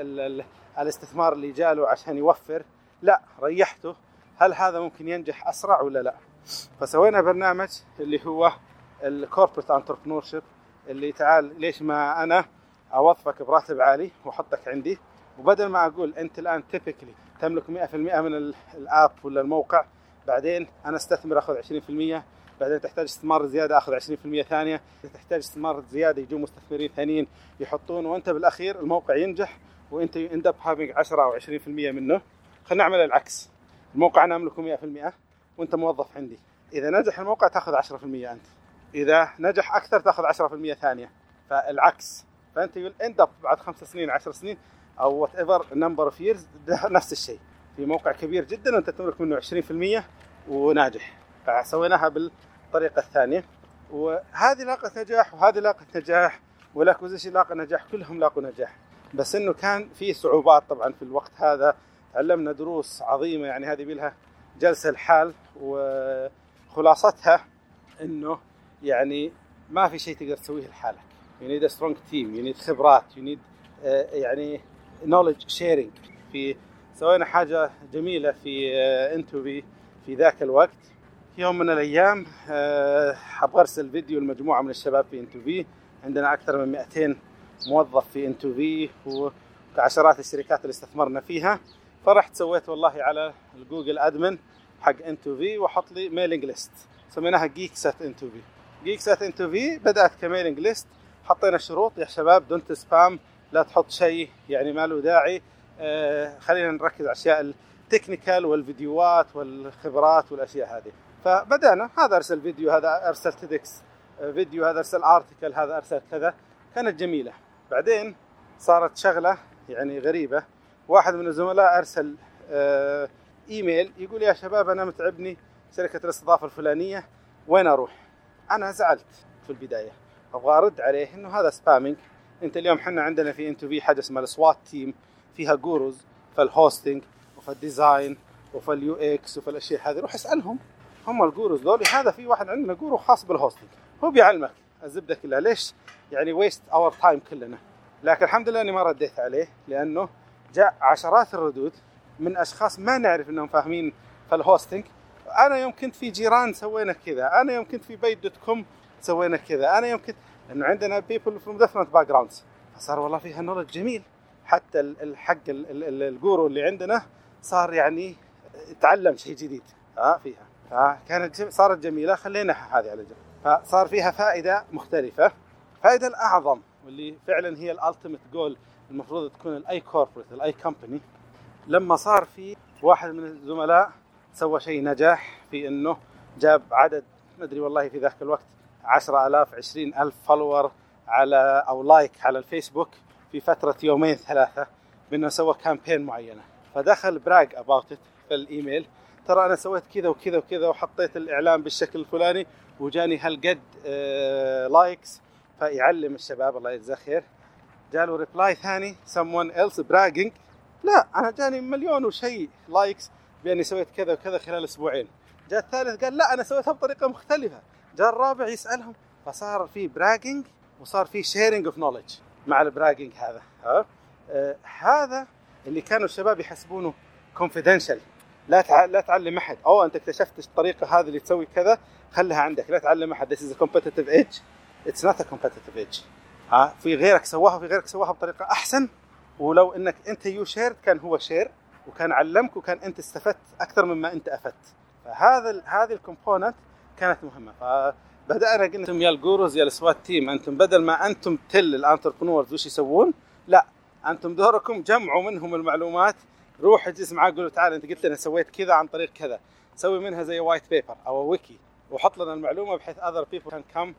الاستثمار اللي جاله عشان يوفر، لا ريحته، هل هذا ممكن ينجح أسرع ولا لا؟ فسوينا برنامج اللي هو الكوربريت انتربرنورشيب، اللي تعال ليش ما أنا أوظفك براتب عالي وحطك عندي، وبدل ما أقول أنت الآن تيبيكلي تملك 100% من الآب ولا الموقع، بعدين أنا استثمر أخذ 20%، بعدين تحتاج استثمار زيادة أخذ 20% ثانية، تحتاج استثمار زيادة يجوا مستثمرين ثانيين يحطون، وأنت بالأخير الموقع ينجح وأنت end up having 10 أو 20% منه. خلينا نعمل العكس، الموقع أنا أملكه 100% وأنت موظف عندي، إذا نجح الموقع تأخذ 10% أنت، إذا نجح أكثر تأخذ 10% ثانية، فالعكس. فأنت you'll end up بعد 5 سنين 10 سنين أو whatever number of years نفس الشيء في موقع كبير جدا وأنت تملك منه 20% وناجح. فسويناها بالطريقة الثانية، وهذه لاقت نجاح وهذه لاقت نجاح والأكوزيشن لاقى نجاح، كلهم لاقوا نجاح، بس إنه كان في صعوبات طبعا في الوقت هذا. تعلمنا دروس عظيمة، يعني هذه بلها جلسة الحال، وخلاصتها إنه يعني ما في شيء تقدر تسويه لحالك. You need a strong team, you need خبرات, you need يعني knowledge sharing. سوينا حاجة جميلة في N2V في ذاك الوقت. يوم من الأيام أبغى أرسل فيديو لمجموعة من الشباب في N2V، عندنا أكثر من 200 موظف في N2V وعشرات الشركات اللي استثمرنا فيها. فرحت سويت والله على الجوجل أدمن حق N2V وحط لي ميلينج ليست، سميناها Geeks at N2V. Geeks at N2V بدأت كميلينج ليست، حطينا شروط يا شباب دونت سبام، لا تحط شيء يعني ما له داعي، خلينا نركز على أشياء التكنيكال والفيديوهات والخبرات والأشياء هذه. فبدأنا هذا أرسل فيديو، هذا أرسل تيدكس فيديو، هذا أرسل آرتيكل، هذا أرسل كذا، كانت جميلة. بعدين صارت شغلة يعني غريبة، واحد من الزملاء أرسل إيميل يقول يا شباب أنا متعبني شركة الاستضافة الفلانية وين أروح؟ أنا زعلت في البداية ابغى ارد عليه انه هذا سبامينج. انت اليوم حنا عندنا في انتو في حاجه اسمها السوات تيم، فيها جوروز في الهوستنج وفي الديزاين وفي اليو اكس وفي الاشياء هذه، روح اسالهم، هم الجوروز دول. هذا في واحد عندنا جورو خاص بالهوستنج، هو بيعلمك الزبده كلها. ليش يعني ويست اور تايم كلنا؟ لكن الحمد لله اني ما رديت عليه، لانه جاء عشرات الردود من اشخاص ما نعرف انهم فاهمين في الهوستنج. انا يوم كنت في جيران سوينا كذا، انا يوم كنت في بيت.com سوينا كذا، انا يوم كنت، انه عندنا people from different backgrounds. فصار والله فيها نولج جميل. حتى الحق الجورو اللي عندنا صار يعني تعلم شيء جديد فيها، فكانت صارت جميلة، خليناها هذه على جنب. فصار فيها فائدة مختلفة. فائدة الأعظم واللي فعلا هي الالتيميت جول المفروض تكون الاي كوربريت الاي كمباني، لما صار في واحد من الزملاء سوى شيء نجاح في انه جاب عدد ما ادري والله في ذاك الوقت 10,000 20,000 فولور على او لايك على الفيسبوك في فترة يومين ثلاثة، بأنه سوى كامبين معينة. فدخل براج اباوت في الايميل، ترى انا سويت كذا وكذا وكذا وحطيت الاعلان بالشكل الفلاني وجاني هالقد لايكس. فيعلم الشباب الله يجزاه خير. جاله ريبلاي ثاني someone else bragging، لا أنا جاني 1,000,000 وشيء لايكس بأني سويت كذا وكذا خلال أسبوعين. جاء الثالث قال لا أنا سويتها بطريقة مختلفة. جاء الرابع يسألهم. فصار في bragging وصار في sharing of knowledge مع البراجينج هذا. هذا اللي كانوا الشباب يحسبونه confidential. لا تعلم أحد، أو أنت اكتشفت الطريقة هذه اللي تسوي كذا خلها عندك، لا تعلم أحد. This is a competitive edge. It's not a competitive edge. في غيرك سواها بطريقة أحسن، ولو إنك أنت يو شير كان هو شير وكان علمك وكان أنت استفدت أكثر مما أنت أفدت. هذه الكومبوننت كانت مهمة. فبدأنا قلنا أنتم يا الجوروز يا السوات تيم، أنتم بدل ما أنتم الانتربرنورز وش يسوون، لا أنتم دوركم جمعوا منهم المعلومات. روح اجلس معاه قول له تعال أنت قلت لنا سويت كذا عن طريق كذا، سوي منها زي وايت بيبر أو ويكي وحط لنا المعلومة بحيث other people can come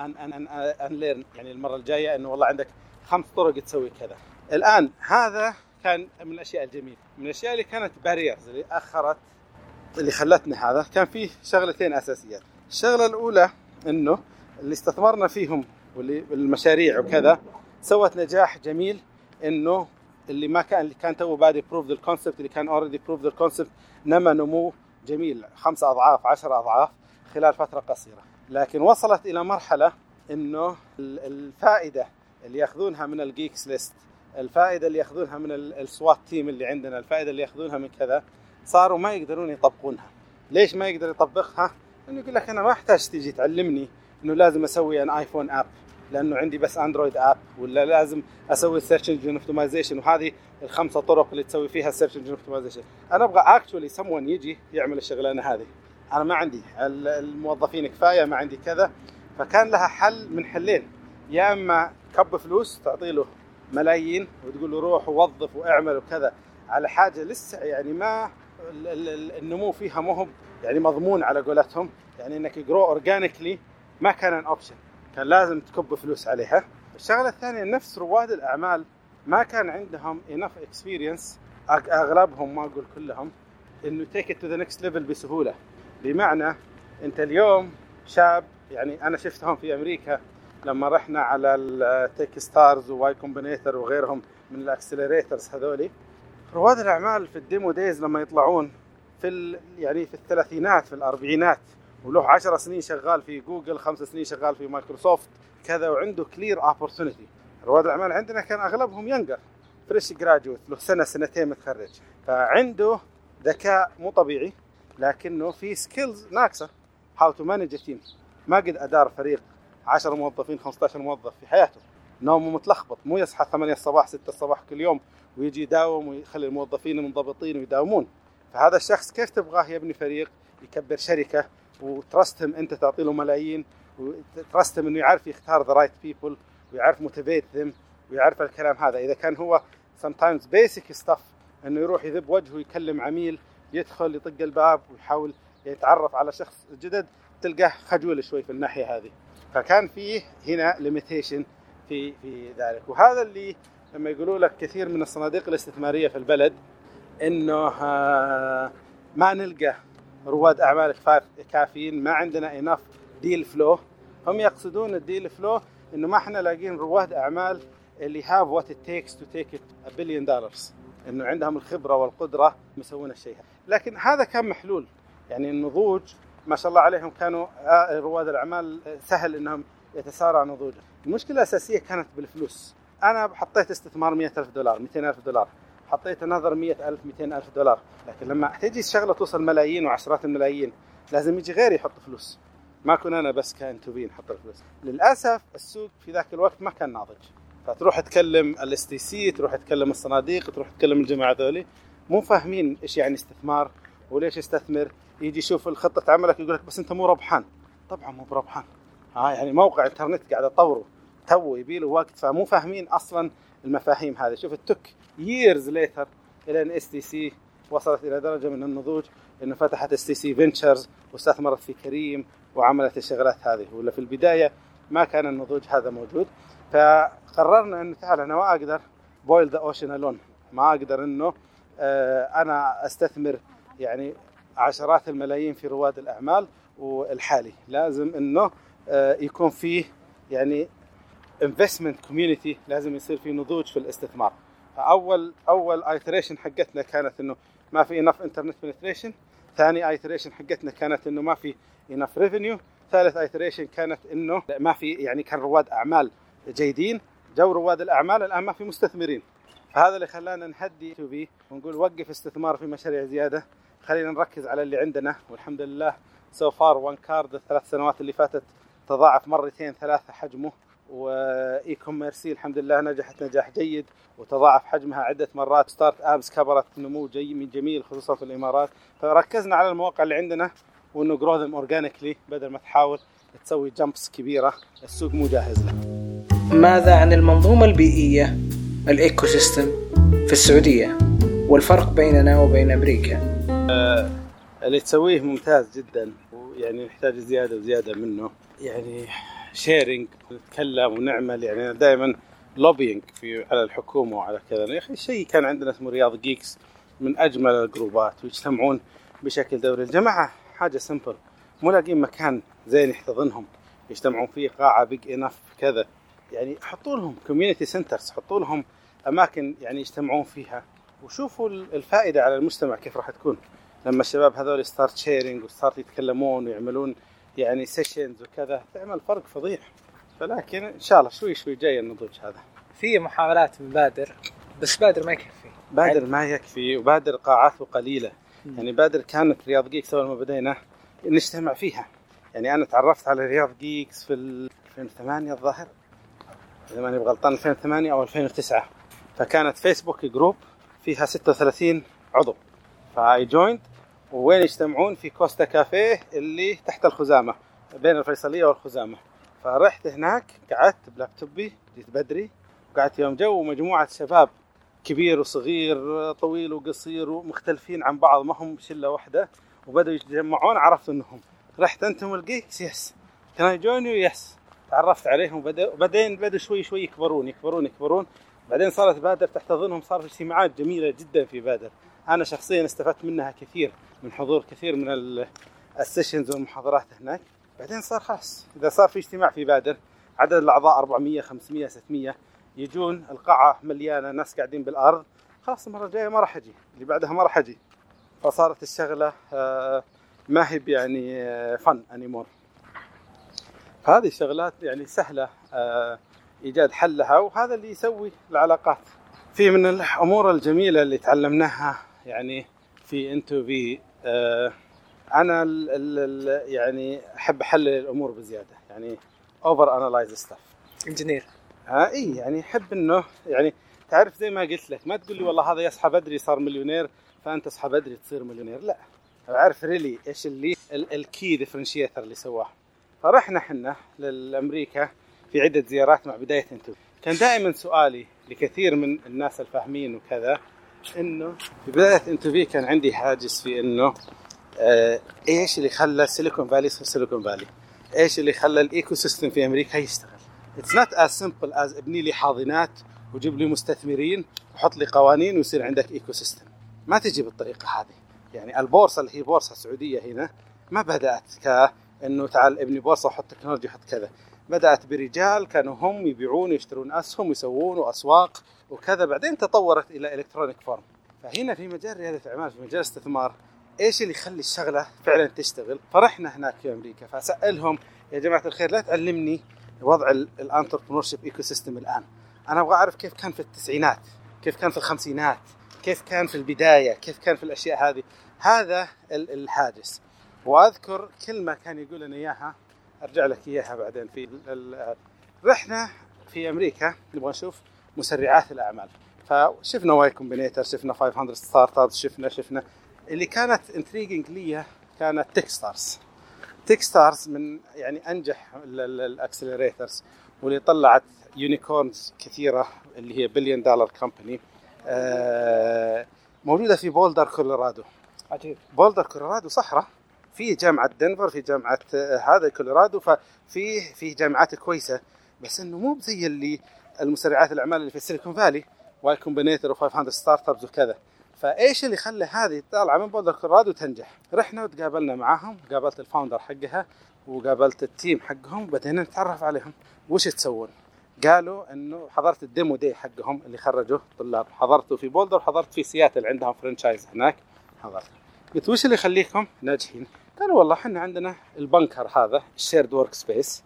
and learn. يعني المرة الجاية إنه والله عندك 5 طرق تسوي كذا. الآن هذا كان من الأشياء الجميلة. من الأشياء اللي كانت باريرز اللي أخرت اللي خلتنا هذا، كان فيه شغلتين أساسيات. الشغلة الأولى إنه اللي استثمرنا فيهم واللي بالمشاريع وكذا سوت نجاح جميل. إنه اللي كان تو بادي prove the concept، اللي كان already prove the concept نما نمو جميل 5 أضعاف 10 أضعاف خلال فترة قصيرة. لكن وصلت إلى مرحلة إنه الفائدة اللي يأخذونها من الجيكس ليست، الفائدة اللي يأخذونها من السوات تيم اللي عندنا، الفائدة اللي يأخذونها من كذا، صاروا ما يقدرون يطبقونها. ليش ما يقدر يطبقها؟ إنه يقول لك أنا ما أحتاج تيجي تعلمني إنه لازم أسوي أن آيفون آب لأنه عندي بس أندرويد آب، ولا لازم أسوي سيرش انجن اوبتمايزيشن وهذه ال5 طرق اللي تسوي فيها سيرش انجن اوبتمايزيشن. أنا أبغى actually someone يجي يعمل الشغلانة هذه. أنا ما عندي الموظفين كفاية، ما عندي كذا. فكان لها حل من حلين، يا إما كب فلوس تعطي له ملايين وتقول له روح ووظف واعمل وكذا على حاجة لسه يعني ما النمو فيها مهم يعني مضمون على قولتهم، يعني إنك يجرو أورجانيكلي ما كان an option، كان لازم تكب فلوس عليها. الشغلة الثانية نفس رواد الأعمال ما كان عندهم enough experience، أغلبهم ما أقول كلهم، إنه take it to the next level بسهولة. بمعنى أنت اليوم شاب، يعني أنا شفتهم في أمريكا لما رحنا على التيك ستارز وواي كومبينيتر وغيرهم من الأكسلريترز هذولي. رواد الأعمال في الديمو دايز لما يطلعون يعني في الثلاثينات في الأربعينات وله 10 سنين شغال في جوجل، 5 سنين شغال في مايكروسوفت كذا، وعنده كلير opportunity. رواد الأعمال عندنا كان أغلبهم ينجر فريش جراجويت، له سنة سنتين متخرج، فعنده ذكاء مو طبيعي، لكنه في سكيلز ناقصة. how to manage a team، ما قد أدار فريق 10 موظفين 15 موظف في حياته، نومه متلخبط، مو يصحى 8 الصباح 6 الصباح كل يوم ويجي يداوم ويخلي الموظفين منضبطين ويداومون. فهذا الشخص كيف تبغاه يبني فريق يكبر شركة وترستهم أنت تعطي له ملايين، وترستهم إنه يعرف يختار the right people ويعرف motivate them ويعرف الكلام هذا. إذا كان هو sometimes basic stuff إنه يروح يذب وجهه يكلم عميل، يدخل يطق الباب ويحاول يتعرف على شخص جدد، تلقاه خجول شوي في الناحية هذه. فكان فيه هنا limitation في ذلك. وهذا اللي لما يقولوا لك كثير من الصناديق الاستثمارية في البلد إنه ما نلقى رواد أعمال كافيين، ما عندنا enough deal flow. هم يقصدون الديل فلو إنه ما إحنا لاقين رواد أعمال اللي have what it takes to take it $1 billion، إنه عندهم الخبرة والقدرة يسوون الشيء. لكن هذا كان محلول، يعني النضوج ما شاء الله عليهم كانوا رواد الأعمال سهل إنهم يتسارع نضوجه. المشكلة الأساسية كانت بالفلوس. أنا حطيت استثمار $100,000 $200,000، حطيت نظر $100,000 $200,000، لكن لما تجي الشغلة توصل ملايين وعشرات الملايين لازم يجي غيري يحط فلوس. ما كنا أنا بس كإنتوبي نحط الفلوس. للأسف السوق في ذاك الوقت ما كان ناضج، فتروح تكلم STC، تروح تكلم الصناديق، تروح تكلم الجماعة ذولي مو فاهمين إيش يعني استثمار وليش يستثمر. يجي يشوف الخطة عملك يقولك بس أنت مو ربحان. طبعا مو بربحان، يعني موقع انترنت قاعد أطوره تو يبيله وقت، فمو فاهمين أصلا المفاهيم هذه. شوف التك years later إلى أن STC وصلت إلى درجة من النضوج إنه فتحت STC Ventures واستثمرت في كريم وعملت الشغلات هذه، ولا في البداية ما كان النضوج هذا موجود. فقررنا إنه تعال أنا ما أقدر boil the ocean alone، ما أقدر إنه أنا أستثمر يعني عشرات الملايين في رواد الأعمال والحالي، لازم إنه يكون فيه يعني investment community، لازم يصير فيه نضوج في الاستثمار. فأول iteration حقتنا كانت إنه ما في enough internet penetration، ثاني iteration حقتنا كانت إنه ما في enough revenue، ثالث iteration كانت إنه ما في يعني كان رواد أعمال جيدين، جو رواد الأعمال الآن ما في مستثمرين. فهذا اللي خلانا نهدي توبي ونقول وقف استثمار في مشاريع زيادة، خلينا نركز على اللي عندنا. والحمد لله so far one card الثلاث سنوات اللي فاتت تضاعف مرتين ثلاثة حجمه، وإي كوميرسي الحمد لله نجحت نجاح جيد وتضاعف حجمها عدة مرات. ستارت أبس كبرت نمو جميل خصوصا في الإمارات. فركزنا على المواقع اللي عندنا وإنه grow them organically بدل ما تحاول تسوي جمبس كبيرة السوق مو جاهز له. ماذا عن المنظومة البيئية الإيكو سيستم في السعودية والفرق بيننا وبين أمريكا؟ اللي تسويه ممتاز جدا، ويعني نحتاج زيادة منه، يعني شيرينج نتكلم ونعمل. يعني دائما لوبينج على الحكومة وعلى كذا. يا أخي شيء كان عندنا اسمه رياض جيكس، من أجمل الجروبات ويجتمعون بشكل دوري. الجماعة حاجة سمبل، مو لاقين مكان زين يحتضنهم يجتمعون فيه، قاعة بيج إنف كذا، يعني حطوا لهم كوميونيتي سنترز، حطوا لهم أماكن يعني يجتمعون فيها، وشوفوا الفائدة على المجتمع كيف راح تكون لما الشباب هذول ستارت شيرينج وستارت يتكلمون ويعملون يعني سيشنز وكذا، تعمل فرق فظيع. فلكن إن شاء الله شوي شوي جاي النضوج هذا. في محاولات من بادر، بس بادر ما يكفي. بادر ما يكفي، وبادر قاعاته قليلة. يعني بادر كانت رياض جيكس أول ما بدينا نجتمع فيها. يعني أنا تعرفت على رياض جيكس في 2008 الظاهر، إذا ماني بغلطان 2008 أو 2009. فكانت فيسبوك جروب فيها 36 عضو، فاي جوينت. وين يجتمعون؟ في كوستا كافيه اللي تحت الخزامة بين الفيصلية والخزامة. فرحت هناك، قعدت بلابتوبي، جيت بدري، وقعدت يوم جو مجموعة شباب كبير وصغير، طويل وقصير ومختلفين عن بعض، ما هم شلة واحدة، وبدأوا يتجمعون. عرفت انهم رحت انتم الجيكس، يس كان اي جوين يو، يس تعرفت عليهم. وبعدين بدأوا شوي شوي يكبرون. بعدين صارت بادر تحتضنهم، صار في اجتماعات جميلة جدا في بادر. أنا شخصيا استفدت منها كثير، من حضور كثير من السيشنز والمحاضرات هناك. بعدين صار خلاص إذا صار في اجتماع في بادر عدد الأعضاء 400 500 600 يجون، القاعة مليانة ناس قاعدين بالأرض، خلاص المرة الجاية ما راح أجي، اللي بعدها ما راح أجي. فصارت الشغلة ما هي يعني فن أنيمور. فهذه الشغلات يعني سهلة إيجاد حلها، وهذا اللي يسوي العلاقات. في من الأمور الجميلة اللي تعلمناها يعني في انتوبي، أنا يعني أحب أحلل الأمور بزيادة، يعني over analyze stuff انجينير. إيه يعني أحب إنه يعني تعرف زي ما قلت لك، ما تقول لي والله هذا يصحى بدري صار مليونير فأنت تصحى بدري تصير مليونير، لا، أعرف ريلي إيش اللي الكي ديفرنشيتر اللي سواه. فرحنا حنا للأمريكا في عدة زيارات مع بداية انتوبي. كان دائما سؤالي لكثير من الناس الفاهمين وكذا، إنه في بداية انتوبي كان عندي حاجز في إنه إيش اللي خلى سيليكون فالي يصير سيليكون فالي، إيش اللي خلى الإيكو سيستم في أمريكا يشتغل. It's not as simple as ابني لي حاضنات وجيب لي مستثمرين وحط لي قوانين ويصير عندك إيكو سيستم. ما تجي بالطريقة هذه. يعني البورصة اللي هي بورصة سعودية هنا ما بدأت كأنه تعال ابني بورصة وحط تكنولوجيا وحط كذا. بدأت برجال كانوا هم يبيعون ويشترون أسهم ويسوون وأسواق وكذا، بعدين تطورت إلى إلكترونيك فورم. فهنا في مجال ريادة الأعمال، في مجال استثمار، إيش اللي يخلي الشغلة فعلا تشتغل؟ فرحنا هناك في أمريكا فسألهم يا جماعة الخير لا تعلمني وضع الانتربرنورشيب ايكو سيستم الآن، أنا أبغى أعرف كيف كان في التسعينات، كيف كان في الخمسينات، كيف كان في البداية، كيف كان في الأشياء هذه. هذا الحاجز. وأذكر كلمة كان يقول لنا إياها، أرجع لك إياها بعدين. رحنا في أمريكا نبغى نشوف مسرعات الأعمال، فشفنا واي كومبينيتر، شفنا 500 ستارت ابس، شفنا اللي كانت انتريجنج لي كانت تيك ستارز من يعني أنجح الأكسلريترز، واللي طلعت يونيكورنز كثيرة اللي هي بليون دولار كومباني، موجودة في بولدر كولورادو. عجيب. بولدر كولورادو صحراء، في جامعة دنفر، في جامعة هذا كولورادو، ففي جامعات كويسة، بس إنه مو زي اللي المسرعات الأعمال اللي في السيليكون فالي، واي كومبينيتر و500 ستارت ابس وكذا. فايش اللي خلى هذه طالعه من بولدر كولورادو تنجح؟ رحنا وتقابلنا معاهم، قابلت الفاوندر حقها وقابلت التيم حقهم، وبدينا نتعرف عليهم. وش تسوون؟ قالوا انه حضرت الديمو دي حقهم اللي خرجوا طلاب، حضرته في بولدر، حضرت في سياتل عندهم فرانشايز هناك، حضرت. قلت وش اللي يخليكم ناجحين؟ قالوا والله احنا عندنا البنكر هذا الشيرد ورك سبيس،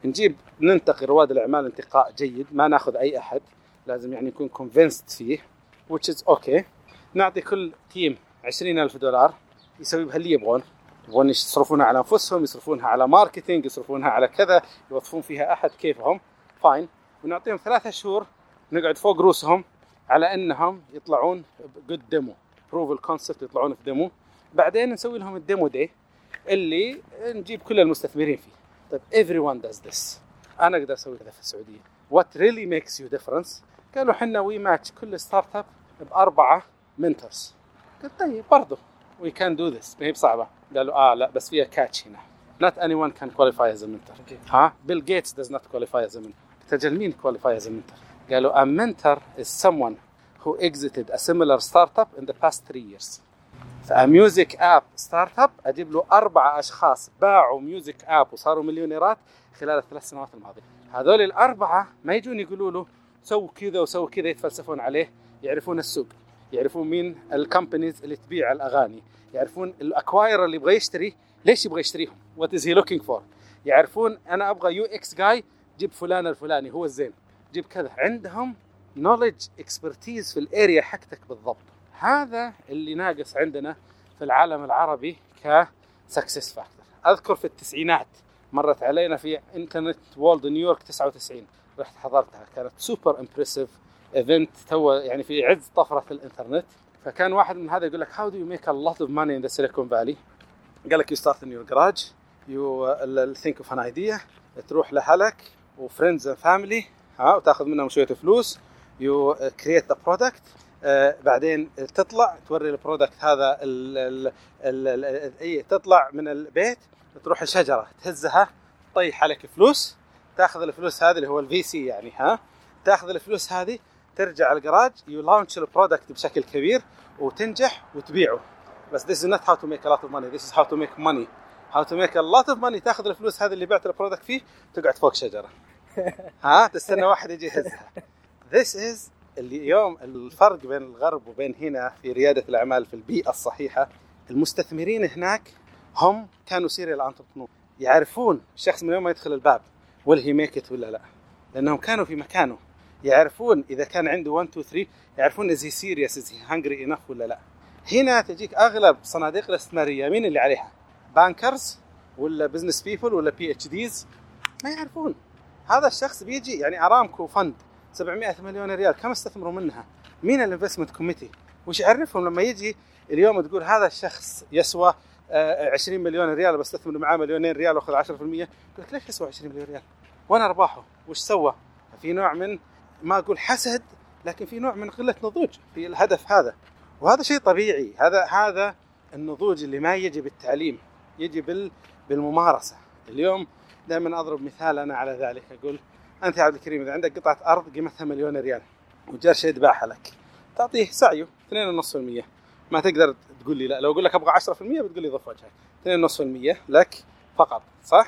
ننتقي رواد الاعمال انتقاء جيد، ما ناخذ اي احد، لازم يعني يكون convinced فيه which is okay. نعطي كل تيم $20,000 يسوي بها اللي يبغون يصرفونها على أنفسهم، يصرفونها على ماركتينج، يصرفونها على كذا، يوظفون فيها أحد كيفهم، فاين. ونعطيهم 3 شهور نقعد فوق روسهم على أنهم يطلعون good demo prove الكونسبت، يطلعون في ديمو، بعدين نسوي لهم الديمو دي اللي نجيب كل المستثمرين فيه. طيب everyone does this، أنا أقدر أسوي كذا في السعودية. what really makes you difference؟ قالوا حنا we match كل ستارت اب ب4 منتورز. قلت طيب برضو we can do this، ما هي بصعبة. قالوا لا بس فيها كاتش هنا، not anyone can qualify as a mentor. Bill Gates does not qualify as a mentor. تجل مين qualify as a mentor؟ قالوا a mentor is someone who exited a similar startup in the past 3 years. فميوزك اب ستارت اب اجيب له 4 اشخاص باعوا ميوزك اب وصاروا مليونيرات خلال ال3 سنوات الماضية. هذول ال4 ما يجون يقولوا له سووا كذا وسووا كذا، يتفلسفون عليه، يعرفون السوق، يعرفون مين الكمبانيز اللي تبيع الأغاني، يعرفون الأكواير اللي يبغى يشتري ليش يبغى يشتريهم what is he looking for، يعرفون أنا أبغى يو إكس جاي، جيب فلان الفلاني هو الزين، جيب كذا. عندهم knowledge expertise في الاريا حقتك بالضبط. هذا اللي ناقص عندنا في العالم العربي كسكسس فاكتور. أذكر في التسعينات مرت علينا في انترنت وورلد نيويورك 99، رحت حضرتها، كانت سوبر امبرسيف ايفنت، تو يعني في عز طفرة الانترنت. فكان واحد من هذا يقول لك how do you make a lot of money in the Silicon Valley؟ قال لك you start in your garage, you think of an idea، تروح لحالك وفريندز and family وتاخذ منهم شوية فلوس، you create the product، بعدين تطلع توري البرودكت هذا تطلع من البيت، تروح الشجرة تهزها، تطيح عليك فلوس، تاخذ الفلوس هذه اللي هو الفي سي يعني تاخذ الفلوس هذه، ترجع الجراج، يو لانش البرودكت بشكل كبير وتنجح وتبيعه. بس this is not how to make a lot of money، this is how to make money. how to make a lot of money، تاخذ الفلوس هذه اللي بعت البرودكت فيه، تقعد فوق شجرة تستنى واحد يجي يهزها. this is اليوم الفرق بين الغرب وبين هنا في ريادة الأعمال في البيئة الصحيحة. المستثمرين هناك هم كانوا سيريال انتربرنور، يعرفون الشخص من يوم ما يدخل الباب will he make it ولا لا، لأنهم كانوا في مكانه، يعرفون إذا كان عنده 1 2 3، يعرفون is he serious is he hungry enough ولا لا. هنا تجيك أغلب صناديق الاستثمارية مين اللي عليها؟ بانكرز ولا بزنس بيبل ولا PhDs، ما يعرفون. هذا الشخص بيجي يعني أرامكو فند 700 مليون ريال، كم استثمروا منها؟ مين الانفستمنت كوميتي؟ وش يعرفهم لما يجي اليوم تقول هذا الشخص يسوى 20 مليون ريال بستثمر معاه 2 مليون ريال واخذ 10%، يقول لك ليش يسوى 20 مليون ريال؟ وين أرباحه؟ وش سوى؟ في نوع من ما أقول حسد، لكن في نوع من قلة نضوج في الهدف هذا، وهذا شيء طبيعي. هذا النضوج اللي ما يجي بالتعليم، يجي بالممارسة. اليوم دائما أضرب مثال أنا على ذلك، أقول أنت يا عبد الكريم إذا عندك قطعة أرض قيمتها 1,000,000 ريال وجار شيء يباعها لك، تعطيه سعيه 2.5%، ما تقدر تقول لي لا. لو أقول لك أبغى 10% بتقول لي ضف وجهك. 2.5% لك فقط، صح؟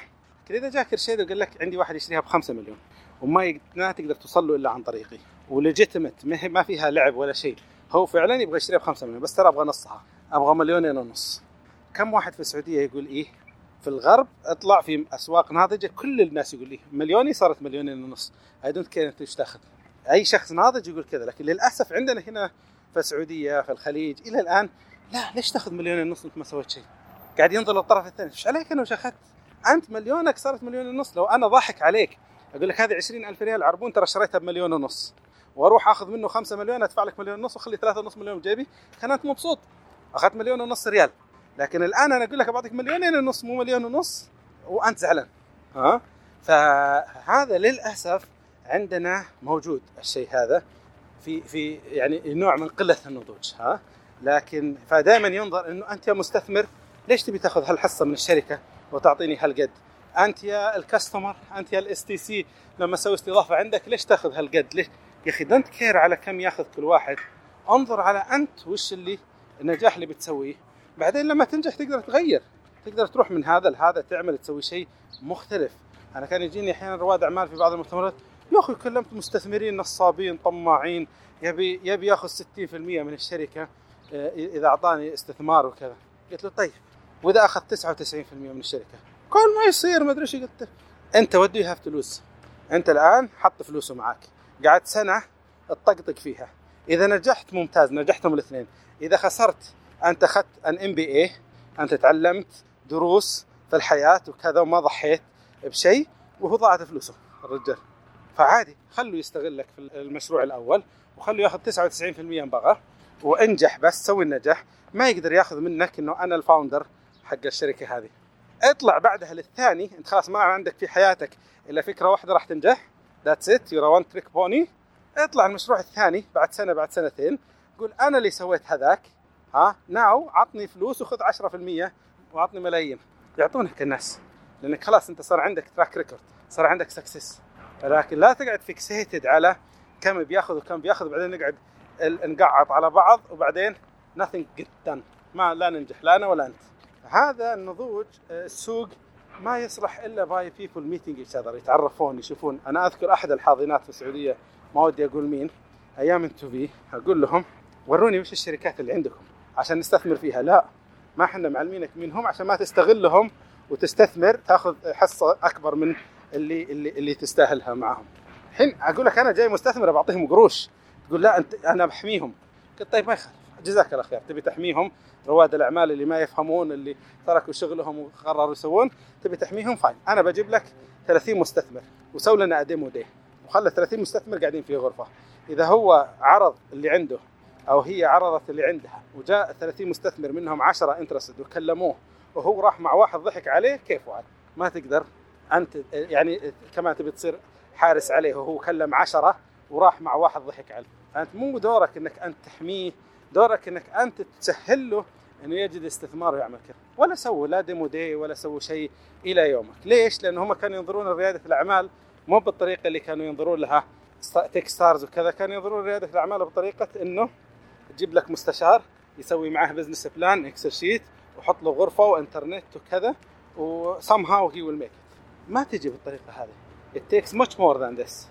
لكن إذا جاك رشيد وقال لك عندي واحد يشتريها ب5 مليون وما تقدر توصل له إلا عن طريقي وليجيتمت ما فيها لعب ولا شيء، هو فعلا يبغى يشتريها ب5 مليون بس ترى أبغى نصها، أبغى 2.5 مليون. كم واحد في السعودية يقول إيه؟ في الغرب اطلع في أسواق ناضجة كل الناس يقول إيه مليوني صارت 1.5 مليون. I don't care إيش تاخذ، أي شخص ناضج يقول كذا. لكن للأسف عندنا هنا في السعودية في الخليج إلى الآن لا، ليش تاخذ 1.5 مليون أنت ما سويت شيء؟ قاعد ينظر للطرف الثاني، إيش عليك أنا وش أخذت؟ أنت مليونك صارت 1.5 مليون. لو أنا ضاحك عليك أقول لك هذه 20,000 ريال عربون ترى شريتها ب1.5 مليون وأروح أخذ منه 5 مليون أدفع لك 1.5 مليون وخلي 3.5 مليون بجيبي، كان أنت مبسوط أخذت 1.5 مليون ريال. لكن الآن أنا أقول لك أعطيك 1.5 مليون مو 1.5 مليون وأنت زعلان. فهذا للأسف عندنا موجود الشيء هذا في يعني نوع من قلة النضوج. لكن فدائما ينظر إنه أنت يا مستثمر ليش تبي تأخذ هالحصة من الشركة وتعطيني هالقد؟ أنت يا الكاستمر، أنت يا STC لما أسوي استضافة عندك ليش تأخذ هالقد؟ ليش يا أخي؟ دنت كير على كم يأخذ كل واحد، انظر على أنت وش اللي النجاح اللي بتسويه. بعدين لما تنجح تقدر تغير، تقدر تروح من هذا لهذا، تعمل تسوي شيء مختلف. أنا كان يجيني أحيانا رواد أعمال في بعض المؤتمرات، يا أخي كلمت مستثمرين نصابين طماعين يبي يأخذ 60% من الشركة إذا أعطاني استثمار وكذا. قلت له طيب وإذا أخذ 99% من الشركة؟ قال ما يصير، ما أدري إيش. قلت أنت ودي هاف فلوس، أنت الآن حط فلوسه معك، قاعد سنة تطقطق فيها، إذا نجحت ممتاز نجحتم الاثنين، إذا خسرت أنت أخذت an MBA، أنت تعلمت دروس في الحياة وكذا وما ضحيت بشيء، وهو ضاعت فلوسه الرجال. فعادي خلوا يستغلك في المشروع الأول وخلوا يأخذ 99% بغى وانجح، بس سوي النجاح. ما يقدر يأخذ منك إنه أنا الفاوندر حق الشركة هذه. اطلع بعدها للثاني، أنت خلاص ما عندك في حياتك إلا فكرة واحدة راح تنجح، that's it you're one trick pony. اطلع المشروع الثاني بعد سنة بعد سنتين، قول أنا اللي سويت هذاك، ناو عطني فلوس وخذ 10% وعطني ملايين. يعطونك الناس لأنك خلاص أنت صار عندك تراك ريكورد، صار عندك سكسس. ولكن لا تقعد فيكسيتد على كم بياخذ وكم بياخذ، بعدين نقعد نقعط على بعض وبعدين nothing get done، لا ننجح لا أنا ولا أنت. هذا النضوج السوق ما يصلح إلا by people meeting each other، يتعرفون يشوفون. أنا أذكر أحد الحاضنات في السعودية، ما ودي أقول مين، أيام انتوفي، أقول لهم وروني وش الشركات اللي عندكم عشان نستثمر فيها. لا، ما احنا معلمينك مين هم عشان ما تستغلهم وتستثمر تاخذ حصة أكبر من اللي تستاهلها معهم. الحين أقول لك أنا جاي مستثمر بعطيهم قروش، تقول لا أنا بحميهم. قلت طيب ما يخالف، جزاك الله خير، تبي تحميهم رواد الأعمال اللي ما يفهمون، اللي تركوا شغلهم وقرروا يسوون، تبي تحميهم فاين، أنا بجيب لك 30 مستثمر وسوي لنا أديمو دي وخلى 30 مستثمر قاعدين في غرفة. إذا هو عرض اللي عنده أو هي عرضت اللي عندها وجاء 30 مستثمر منهم 10 انترستد وكلموه وهو راح مع واحد ضحك عليه، كيف وعد؟ ما تقدر أنت يعني كمان تبي تصير حارس عليه وهو كلم 10 وراح مع واحد ضحك عليه. فأنت مو دورك أنك أنت تحميه، دورك أنك أنت تسهل له أنه يجد استثمار ويعمل كذا. ولا سووا لا ديمو دي ولا سووا شيء إلى يومك. ليش؟ لأنه هم كانوا ينظرون لريادة الأعمال مو بالطريقة اللي كانوا ينظرون لها تيك ستارز وكذا، كانوا ينظرون لريادة الأعمال بطريقة أنه تجيب لك مستشار يسوي معه بزنس بلان إكسل شيت وحط له غرفة وإنترنت وكذا somehow he will make it. ما تجي بالطريقة هذه. It takes much more than this.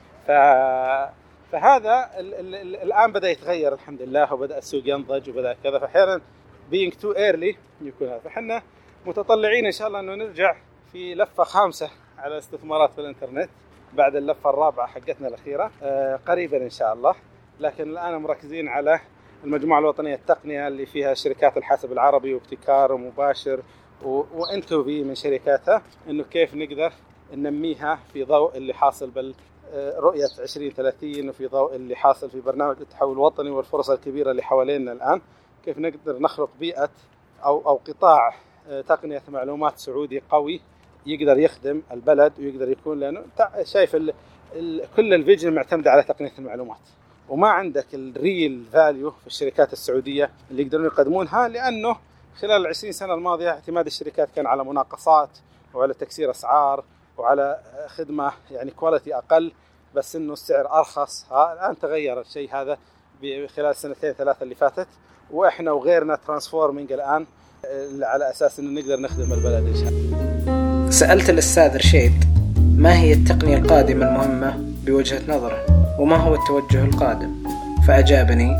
فهذا الآن بدأ يتغير الحمد لله، وبدأ السوق ينضج وبدأ كذا. فأحيانا being too early يكون هذا. فحنا متطلعين إن شاء الله أنه نرجع في لفة 5 على استثمارات في الإنترنت بعد اللفة 4 حقتنا الأخيرة قريبا إن شاء الله. لكن الآن مركزين على المجموعة الوطنية التقنية اللي فيها شركات الحاسب العربي وابتكار ومباشر وانتوفي من شركاتها، إنه كيف نقدر ننميها في ضوء اللي حاصل بالرؤية 2030 وفي ضوء اللي حاصل في برنامج التحول الوطني والفرص الكبيرة اللي حوالينا الآن. كيف نقدر نخلق بيئة أو قطاع تقنية معلومات سعودي قوي يقدر يخدم البلد ويقدر يكون، لأنه شايف كل الفيجن معتمدة على تقنية المعلومات، وما عندك الريل فاليو في الشركات السعودية اللي يقدرون يقدمونها، لأنه خلال 20 سنة الماضية اعتماد الشركات كان على مناقصات وعلى تكسير أسعار وعلى خدمة يعني كواليتي أقل بس إنه السعر أرخص. الآن تغير الشيء هذا خلال 2-3 اللي فاتت، وإحنا وغيرنا ترانسفورمينج الآن على أساس أنه نقدر نخدم البلد إن شاء الله. سألت الأستاذ رشيد ما هي التقنية القادمة المهمة بوجهة نظره وما هو التوجه القادم، فأجابني: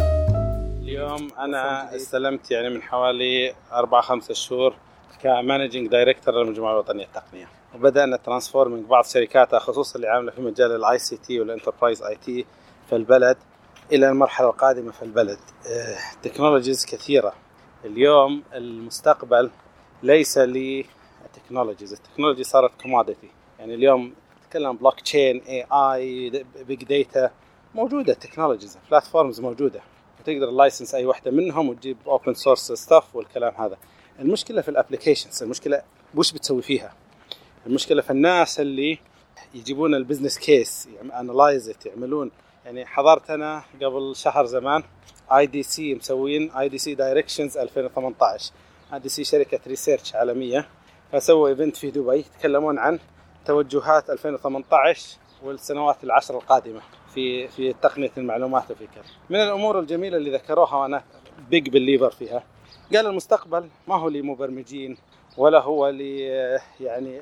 اليوم أنا استلمت يعني من حوالي 4-5 شهور كمانجينج دايركتور للمجموعة الوطنية للتقنية، وبدأنا ترانسفورمينج بعض شركاتها خصوصا اللي عاملة في مجال الاي سي تي والانتربرايز اي تي في البلد إلى المرحلة القادمة في البلد. تكنولوجيز كثيرة اليوم. المستقبل ليس للتكنولوجيز، التكنولوجي صارت كوموديتي. يعني اليوم تتكلم بلوك تشين، اي اي، بيج داتا، موجودة تكنولوجيز، بلاتفورمز موجودة، وتقدر لايسنس اي واحدة منهم وتجيب اوبن سورس ستاف والكلام هذا. المشكلة في الابليكيشنز، المشكلة وش بتسوي فيها، المشكلة في الناس اللي يجيبون البزنس كيس انالايز يعملون. يعني حضرت انا قبل شهر زمان IDC مسوين IDC دايركشنز 2018. IDC شركة ريسيرش عالمية، فسووا ايفنت في دبي يتكلمون عن توجهات 2018 والسنوات العشر القادمة في تقنية المعلومات وفي كذا. من الأمور الجميلة اللي ذكروها وأنا بيج بليفر فيها، قال المستقبل ما هو لمبرمجين ولا هو لي يعني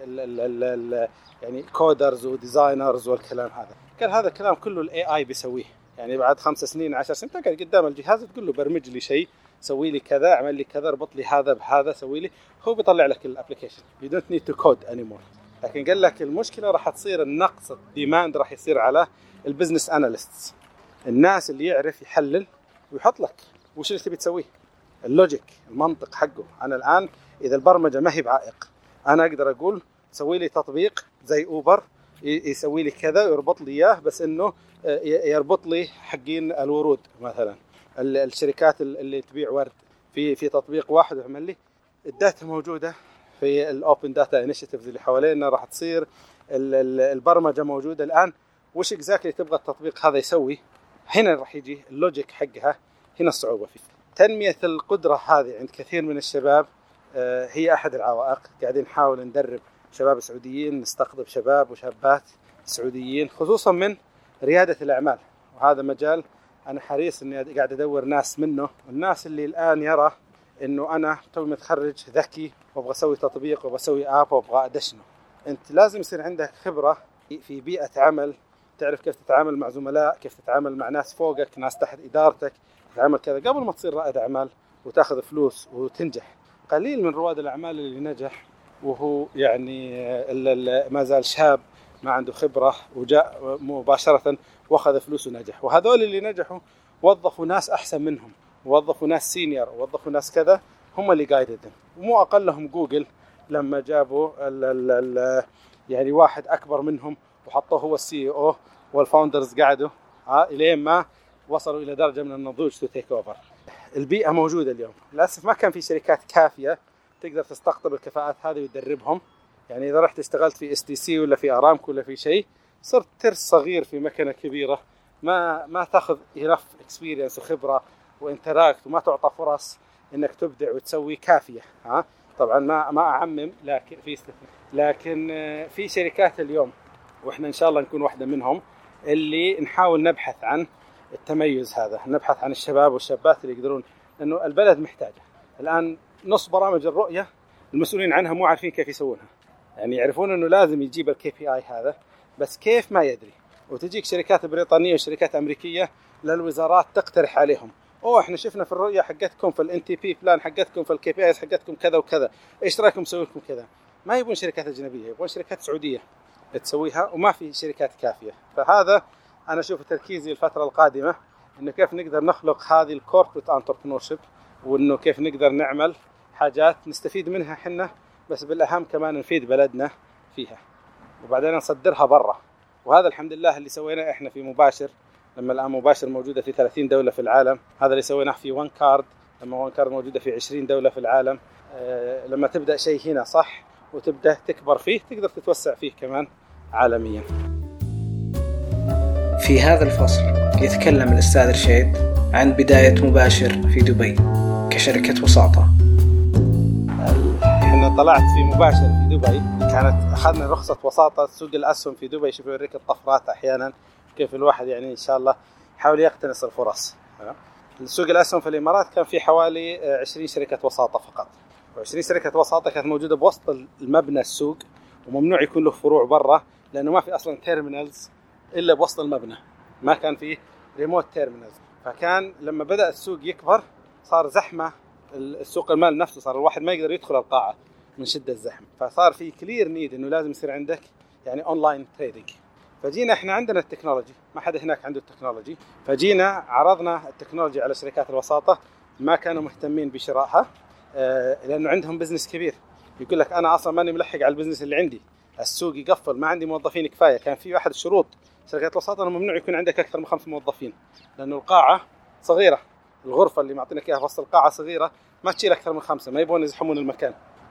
يعني كودرز وديزاينرز والكلام هذا. قال هذا الكلام كله الاي اي بيسويه. يعني بعد 5 سنين 10 سنين تقعد قدام الجهاز تقول له برمج لي شيء، سوي لي كذا، اعمل لي كذا، اربط لي هذا بهذا، سوي لي، هو بيطلع لك الابلكيشن. you don't need to code anymore. لكن قال لك المشكلة راح تصير النقص، الديماند راح يصير على البزنس اناليستس، الناس اللي يعرف يحلل ويحط لك وش اللي تبي تسويه، اللوجيك، المنطق حقه. أنا الآن إذا البرمجة ما هي بعائق، أنا أقدر أقول سوي لي تطبيق زي أوبر يسوي لي كذا ويربط لي إياه، بس إنه يربط لي حقين الورود مثلا، الشركات اللي تبيع ورد في تطبيق واحد ويعمل لي. الداتا موجودة في الأوبن داتا إنيشيتيفز اللي حوالينا، راح تصير البرمجة موجودة الآن. وش إكزاكتلي تبغى التطبيق هذا يسوي؟ هنا راح يجي اللوجيك حقها، هنا الصعوبة فيه. تنمية القدرة هذه عند كثير من الشباب هي أحد العوائق. قاعدين نحاول ندرب شباب سعوديين، نستقطب شباب وشابات سعوديين خصوصا من ريادة الأعمال، وهذا مجال أنا حريص إني قاعد أدور ناس منه. الناس اللي الآن يرى إنه أنا توي متخرج ذكي وأبغى أسوي تطبيق وأبغى أسوي آب وأبغى أدشنه، أنت لازم يصير عندك خبرة في بيئة عمل، تعرف كيف تتعامل مع زملاء، كيف تتعامل مع ناس فوقك، ناس تحت إدارتك، تتعامل كذا قبل ما تصير رائد أعمال وتأخذ فلوس وتنجح. قليل من رواد الأعمال اللي نجح وهو يعني ما زال شاب ما عنده خبرة وجاء مباشرة واخذ فلوس ونجح. وهذول اللي نجحوا وظفوا ناس أحسن منهم، وظفوا ناس سينيور، ووظفوا ناس كذا، هم اللي قايدتهم. ومو أقلهم جوجل لما جابوا يعني واحد أكبر منهم وحطوه هو السي او، والفاوندرز قعدوا إلين ما وصلوا إلى درجة من النضوج تو تيك أوفر. البيئة موجودة اليوم، للأسف ما كان في شركات كافية تقدر تستقطب الكفاءات هذه وتدربهم. يعني إذا رحت اشتغلت في STC ولا في أرامكو ولا في شيء، صرت ترس صغير في مكنة كبيرة، ما تأخذ enough experience وخبرة وانتراكت، وما تعطى فرص إنك تبدع وتسوي كافية. طبعا ما أعمم، لكن في شركات اليوم، وإحنا إن شاء الله نكون واحدة منهم، اللي نحاول نبحث عن التميز هذا، نبحث عن الشباب والشابات اللي يقدرون، لأنه البلد محتاجة. الآن نص برامج الرؤية المسؤولين عنها مو عارفين كيف يسوونها. يعني يعرفون أنه لازم يجيب الKPI هذا، بس كيف ما يدري. وتجيك شركات بريطانية وشركات أمريكية للوزارات تقترح عليهم، إحنا شفنا في الرؤية حقتكم، في الNTP بلان حقتكم، في الKPIs حقتكم كذا وكذا، إيش رأيكم نسوي لكم كذا؟ ما يبون شركات أجنبية، يبون شركات سعودية تسويها، وما في شركات كافية. فهذا أنا أشوف تركيزي الفترة القادمة، إنه كيف نقدر نخلق هذه الكوربريت انتربرنورشيب، وإنه كيف نقدر نعمل حاجات نستفيد منها حنا، بس بالأهم كمان نفيد بلدنا فيها، وبعدين نصدرها برا. وهذا الحمد لله اللي سويناه إحنا في مباشر. لما الآن مباشر موجودة في 30 دولة في العالم، هذا اللي سويناه في وان كارد، لما وان كارد موجودة في 20 دولة في العالم. لما تبدأ شيء هنا صح وتبدأ تكبر فيه، تقدر تتوسع فيه كمان عالميا. في هذا الفصل يتكلم الأستاذ رشيد عن بداية مباشر في دبي كشركة وساطة. احنا طلعت في مباشر في دبي، كانت أخذنا رخصة وساطة سوق الأسهم في دبي. شوف يوريك الطفرات أحيانا كيف الواحد يعني إن شاء الله يحاول يقتنص الفرص. السوق الأسهم في الإمارات كان في حوالي 20 شركة وساطة فقط، و20 شركة وساطة كانت موجودة بوسط المبنى السوق، وممنوع يكون له فروع برا لأنه ما في أصلا تيرمينالز إلا بوسط المبنى، ما كان في ريموت تيرمينالز. فكان لما بدأ السوق يكبر صار زحمة، السوق المال نفسه صار الواحد ما يقدر يدخل القاعة من شدة الزحمة، فصار في كلير نيد إنه لازم يصير عندك يعني أونلاين تريدينج. فجينا إحنا عندنا التكنولوجي، ما حدا هناك عنده التكنولوجي، فجينا عرضنا التكنولوجي على شركات الوساطة، ما كانوا مهتمين بشرائها لأنه عندهم بزنس كبير. يقول لك أنا أصلا ماني ملحق على البزنس اللي عندي، السوق يقفل، ما عندي موظفين كفاية. كان في واحد الشروط شركات الوساطة أنه ممنوع يكون عندك أكثر من 5 موظفين، لأنه القاعة صغيرة، الغرفة اللي معطينك إياها وسط القاعة صغيرة، ما تشيل أكثر من 5، ما يبون يزحمون المكان.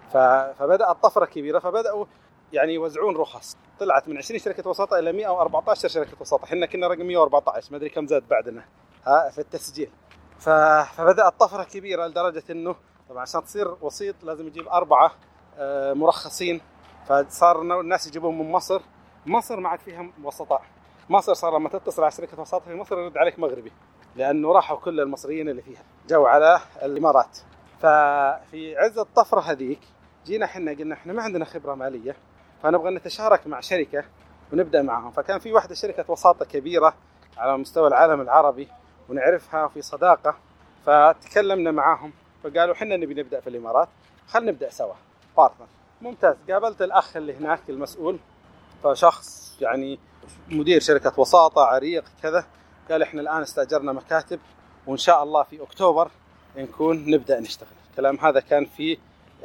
فبدأت طفرة كبيرة، فبدأوا يعني يوزعون رخص، طلعت من 20 شركة وساطة إلى 114 شركة وساطة. إحنا كنا رقم 114، ما أدري كم زاد بعدنا في التسجيل. فبدأت طفرة كبيرة لدرجة إنه طبعا عشان تصير وسيط لازم يجيب 4 مرخصين، فصار الناس يجيبون من مصر ما عاد فيها وسطاء. مصر صار لما تتصل على شركة وساطة في مصر يرد عليك مغربي، لأنه راحوا كل المصريين اللي فيها جو على الإمارات. ففي عز الطفرة هذيك جينا حنا قلنا إحنا ما عندنا خبرة مالية، فنبغى نتشارك مع شركة ونبدأ معهم. فكان في واحدة شركة وساطة كبيرة على مستوى العالم العربي ونعرفها في صداقة، فتكلمنا معهم فقالوا حنا نبي نبدأ في الإمارات، خلنا نبدأ سوا بارتنر. ممتاز. قابلت الأخ اللي هناك المسؤول، فشخص يعني مدير شركة وساطة عريق كذا، قال إحنا الآن استأجرنا مكاتب وإن شاء الله في أكتوبر نكون نبدأ نشتغل. الكلام هذا كان في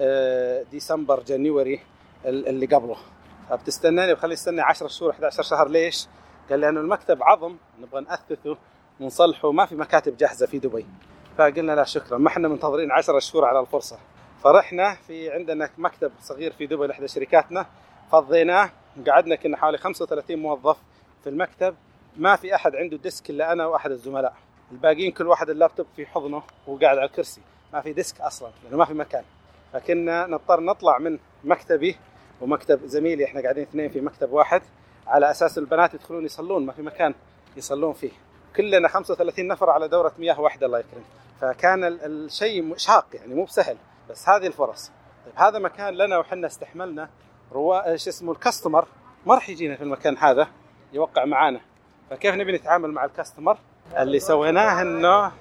ديسمبر جانيوري اللي قبله. فبتستناني وخلي استنى 10 شهور 11 شهر. ليش؟ قال لأنه المكتب عظم نبغى نأثثه ونصلحه، ما في مكاتب جاهزة في دبي. فقلنا لا شكرا، ما احنا منتظرين 10 شهور على الفرصة. فرحنا في عندنا مكتب صغير في دبي لإحدى شركاتنا، فضيناه، قعدنا كنا حوالي 35 موظف في المكتب، ما في أحد عنده ديسك إلا أنا وأحد الزملاء، الباقيين كل واحد اللابتوب في حضنه وقاعد على الكرسي، ما في ديسك أصلا لأنه ما في مكان. فكنا نضطر نطلع من مكتبي ومكتب زميلي، احنا قاعدين 2 في مكتب واحد، على أساس البنات يدخلون يصلون، ما في مكان يصلون فيه، كلنا 35 نفر على دورة مياه واحدة الله يكرم. فكان الشيء شاق يعني مو بسهل، بس هذه الفرص. طيب هذا مكان لنا وحنا استحملنا ايش اسمه الكاستمر ما راح يجينا في المكان هذا يوقع معانا، فكيف نبي نتعامل مع الكاستمر؟ اللي سويناه انه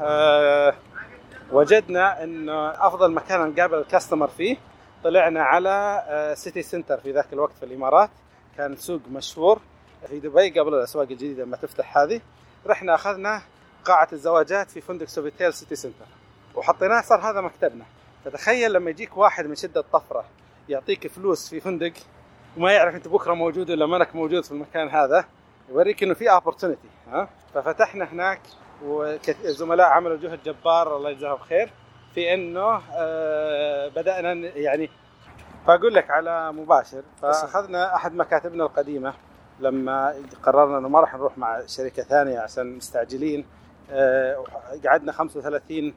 وجدنا انه افضل مكان نقابل الكاستمر فيه، طلعنا على سيتي سنتر في ذاك الوقت في الامارات، كان سوق مشهور في دبي قبل الاسواق الجديده ما تفتح هذه. رحنا اخذنا قاعه الزواجات في فندق سوفيتيل سيتي سنتر وحطيناه، صار هذا مكتبنا. فتخيل لما يجيك واحد من شده طفره يعطيك فلوس في فندق وما يعرف انت بكره موجود ولا مانك موجود في المكان هذا، يوريك انه في اوبورتونيتي. ففتحنا هناك والزملاء عملوا جهد جبار الله يجزاهم خير في انه بدأنا يعني. فاقول لك على مباشر، فاخذنا احد مكاتبنا القديمه لما قررنا انه ما راح نروح مع شركه ثانيه عشان مستعجلين، قعدنا 35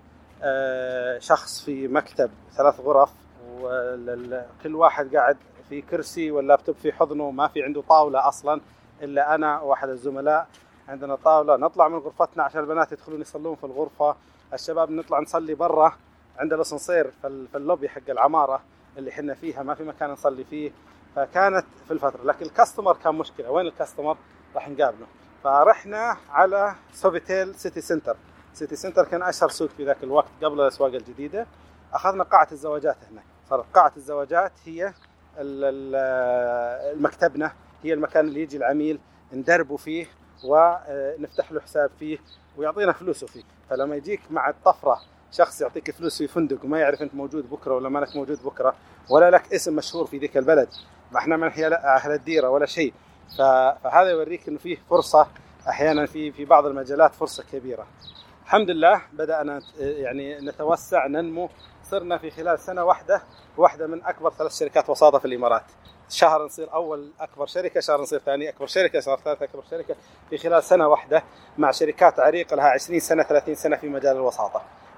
شخص في مكتب 3 غرف، وكل واحد قاعد في كرسي واللابتوب في حضنه، ما في عنده طاوله اصلا الا انا واحد الزملاء عندنا طاوله. نطلع من غرفتنا عشان البنات يدخلون يصلون في الغرفه، الشباب نطلع نصلي برا عند الاسانسير في اللوبي حق العماره اللي حنا فيها، ما في مكان نصلي فيه. فكانت في الفتره، لكن الكاستمر كان مشكله، وين الكاستمر راح نقابله؟ فرحنا على سوفيتيل سيتي سنتر. سيتي سنتر كان اشهر سوق في ذاك الوقت قبل الاسواق الجديده. اخذنا قاعه الزواجات هناك، صارت قاعه الزواجات هي المكتبنا، هي المكان اللي يجي العميل ندربه فيه ونفتح له حساب فيه ويعطينا فلوسه فيه. فلما يجيك مع الطفرة شخص يعطيك فلوس في فندق وما يعرف أنت موجود بكرة ولا ما لك موجود بكرة، ولا لك اسم مشهور في ذيك البلد، ما احنا من أهل الديرة ولا شيء، فهذا يوريك أنه فيه فرصة أحيانا في بعض المجالات فرصة كبيرة. الحمد لله بدأنا يعني نتوسع ننمو، صرنا في خلال سنة واحدة من أكبر 3 شركات وساطة في الإمارات. شهر نصير أول أكبر شركة، شهر نصير ثاني أكبر شركة، شهر ثالث أكبر شركة، في خلال سنة واحدة مع شركات عريقة لها 20 سنة 30 سنة في مجال الوساطة.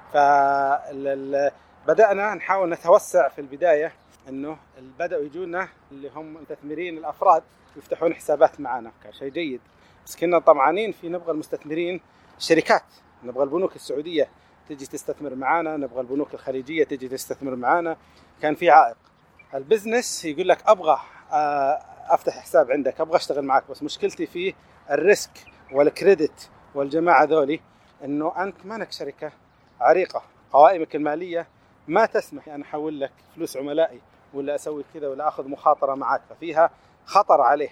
فبدأنا نحاول نتوسع في البداية، أنه بدأوا يجونا اللي هم مستثمرين الأفراد يفتحون حسابات معنا، كان شيء جيد. بس كنا طمعانين في نبغى المستثمرين الشركات، نبغى البنوك السعودية تجي تستثمر معنا، نبغى البنوك الخليجية تجي تستثمر معنا، كان في عائق. البزنس يقول لك أبغى أفتح حساب عندك، أبغى أشتغل معك، بس مشكلتي في الريسك والكريدت والجماعة ذولي، إنه أنت مانك شركة عريقة، قوائمك المالية ما تسمح أن أحول لك فلوس عملائي ولا أسوي كذا ولا أخذ مخاطرة معك، ففيها خطر عليه.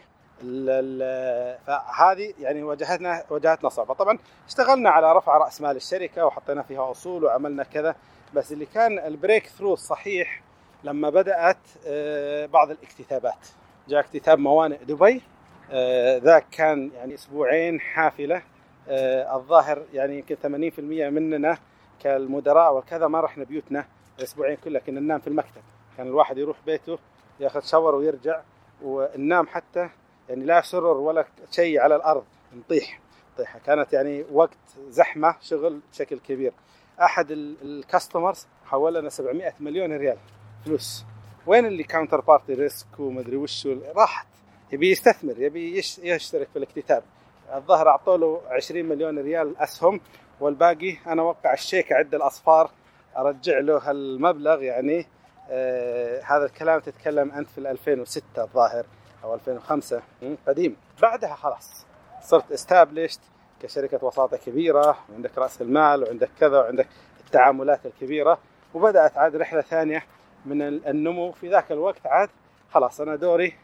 فهذه يعني واجهتنا صعبة. طبعا اشتغلنا على رفع رأس مال الشركة وحطينا فيها أصول وعملنا كذا، بس اللي كان البريك ثرو الصحيح لما بدأت بعض الاكتتابات. جاء اكتتاب موانئ دبي، ذاك كان يعني أسبوعين حافلة. الظاهر يعني يمكن 80% مننا كالمدراء وكذا ما رحنا بيوتنا الأسبوعين كلها، كنا ننام في المكتب. كان الواحد يروح بيته ياخذ شاور ويرجع وننام، حتى يعني لا سرر ولا شيء على الأرض، نطيح طيحة. كانت يعني وقت زحمة شغل بشكل كبير. أحد الكاستمرز حول لنا 700 مليون ريال فلوس. وين اللي كاونتر بارتي ريسك ومدري وش راحت؟ يبي يستثمر، يبي يشترك في الاكتتاب. الظاهر أعطوا له 20 مليون ريال أسهم، والباقي أنا وقع الشيك أعد الأصفار أرجع له المبلغ. يعني هذا الكلام تتكلم أنت في 2006 الظاهر أو 2005، قديم. بعدها خلاص صرت استابليشت كشركة وساطة كبيرة، وعندك رأس المال وعندك كذا وعندك التعاملات الكبيرة، وبدأت عاد رحلة ثانية من النمو. في ذاك الوقت عاد خلاص أنا دوري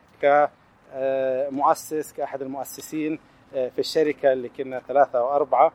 كمؤسس، كأحد المؤسسين في الشركة اللي كنا 3 أو 4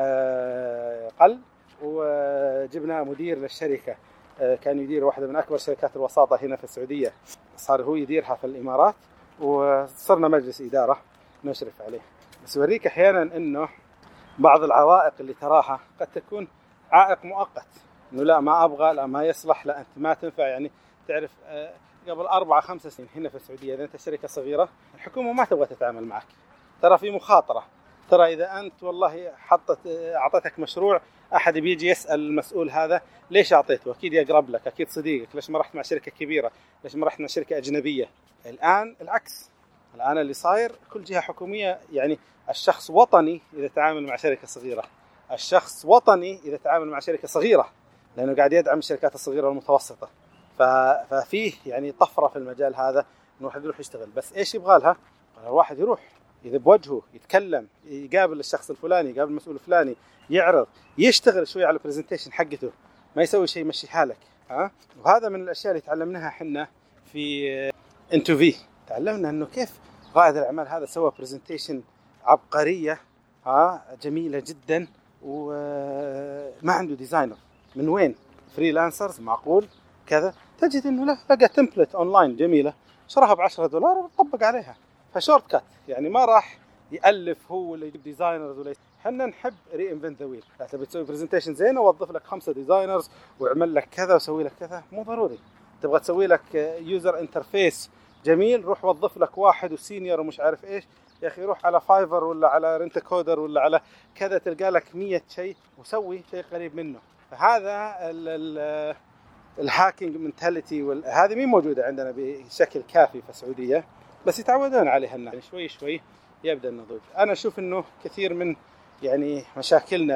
قل، وجبنا مدير للشركة كان يدير واحدة من أكبر شركات الوساطة هنا في السعودية، صار هو يديرها في الإمارات، وصرنا مجلس إدارة نشرف عليه. بس يوريك أحيانا أنه بعض العوائق اللي تراها قد تكون عائق مؤقت، أنه لا ما أبغى، لا ما يصلح، لا أنت ما تنفع. يعني تعرف قبل 4-5 سنين هنا في السعودية إذا أنت شركة صغيرة الحكومة ما تبغى تتعامل معك، ترى في مخاطرة. ترى إذا أنت والله أعطتك مشروع، أحد بيجي يسأل المسؤول هذا ليش أعطيته؟ أكيد يقرب لك، أكيد صديقك، ليش ما رحت مع شركة كبيرة، ليش ما رحت مع شركة أجنبية؟ الآن العكس، الآن اللي صاير كل جهة حكومية يعني الشخص وطني إذا تعامل مع شركة صغيرة، الشخص وطني إذا تعامل مع شركة صغيرة، لأنه قاعد يدعم الشركات الصغيرة والمتوسطة. ففيه يعني طفرة في المجال هذا، إنه واحد يروح يشتغل. بس إيش يبغى لها؟ الواحد يروح إذا بوجهه يتكلم، يقابل الشخص الفلاني، يقابل المسؤول الفلاني، يعرض، يشتغل شوي على البرزنتيشن حقته، ما يسوي شيء يمشي حالك. وهذا من الأشياء اللي تعلمناها حنا في انتو في. تعلمنا إنه كيف رائد الأعمال هذا سوى برزنتيشن عبقرية جميلة جدا، وما عنده ديزاينر. من وين؟ فريلانسرز معقول كذا. تجد إنه لقى تمبلت أونلاين جميلة شراها $10 وطبق عليها، فشورت كات. يعني ما راح يألف هو ولا يجيب ديزاينرز ولا حنا نحب reinvent the wheel. لا تبي تسوي برزنتيشن زينة ووظف لك 5 ديزاينرز ويعمل لك كذا وسوي لك كذا، مو ضروري. تبغى تسوي لك يوزر انترفيس جميل، روح وظف لك واحد وسينيور ومش عارف ايش. يا اخي روح على فايفر ولا على رنت كودر ولا على كذا، تلقى لك 100 شيء وسوي شيء قريب منه. فهذا الهاكينج منتاليتي هذه مين موجودة عندنا بشكل كافي في السعودية، بس يتعودون عليها الناس. يعني شوي شوي يبدأ النضوج. أنا أشوف إنه كثير من يعني مشاكلنا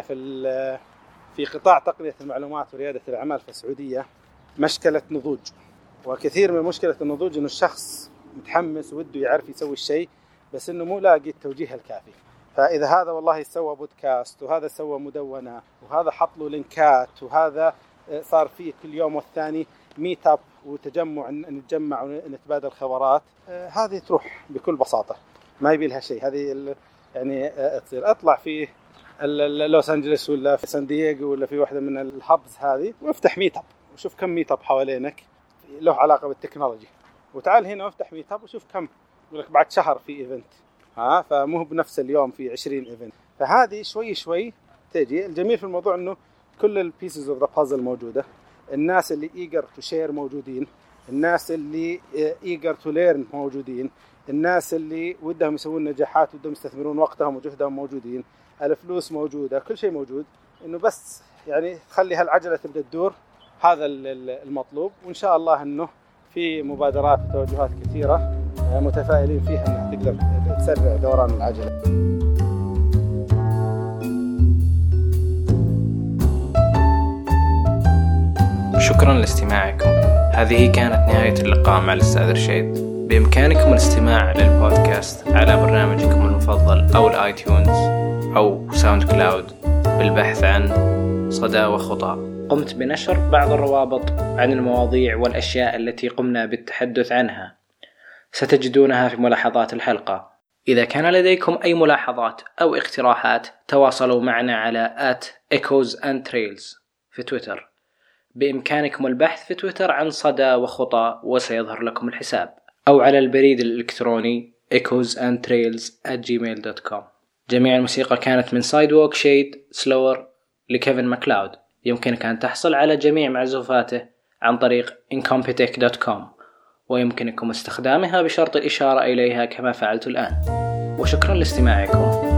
في قطاع تقنية المعلومات وريادة الأعمال في السعودية مشكلة نضوج. وكثير من مشكلة النضوج إنه الشخص متحمس وده يعرف يسوي الشيء، بس إنه مو لاقي التوجيه الكافي. فإذا هذا والله سوى بودكاست، وهذا سوى مدونة، وهذا حط له لينكات، وهذا صار فيه كل يوم والثاني ميت اب وتجمع، نتجمع ونتبادل خبرات، هذه تروح بكل بساطة، ما يبي لها شيء. هذه يعني تصير اطلع في لوس أنجلس ولا في سان دييغو ولا في واحدة من الهابز هذه، وافتح ميت اب وشوف كم ميت اب حوالينك له علاقة بالتكنولوجي، وتعال هنا وافتح ميت اب وشوف كم، يقول لك بعد شهر في ايفنت، فمو بنفس اليوم في 20 ايفنت. فهذه شوي شوي تجي. الجميل في الموضوع انه كل البيسز اوف ذا بازل موجودة، الناس اللي eager to share موجودين، الناس اللي eager to learn موجودين، الناس اللي ودهم يسوون نجاحات ودهم يستثمرون وقتهم وجهدهم موجودين، الفلوس موجودة، كل شيء موجود. إنه بس يعني تخلي هالعجلة تبدأ تدور، هذا المطلوب. وإن شاء الله إنه في مبادرات وتوجهات كثيرة متفائلين فيها إنها تقدر تسرع دوران العجلة. شكرا لاستماعكم. هذه كانت نهاية اللقاء مع الأستاذ رشيد. بإمكانكم الاستماع للبودكاست على برنامجكم المفضل أو الآيتيونز أو ساوند كلاود بالبحث عن صدى وخطأ. قمت بنشر بعض الروابط عن المواضيع والأشياء التي قمنا بالتحدث عنها، ستجدونها في ملاحظات الحلقة. إذا كان لديكم أي ملاحظات أو اقتراحات تواصلوا معنا على @echoesandtrails في تويتر. بإمكانكم البحث في تويتر عن صدى وخطأ وسيظهر لكم الحساب، أو على البريد الإلكتروني echoesandtrails@gmail.com. جميع الموسيقى كانت من Sidewalk Shade Slower لكيفن ماكلاود. يمكنك أن تحصل على جميع معزوفاته عن طريق incompetech.com، ويمكنكم استخدامها بشرط الإشارة إليها كما فعلت الآن. وشكرا لاستماعكم.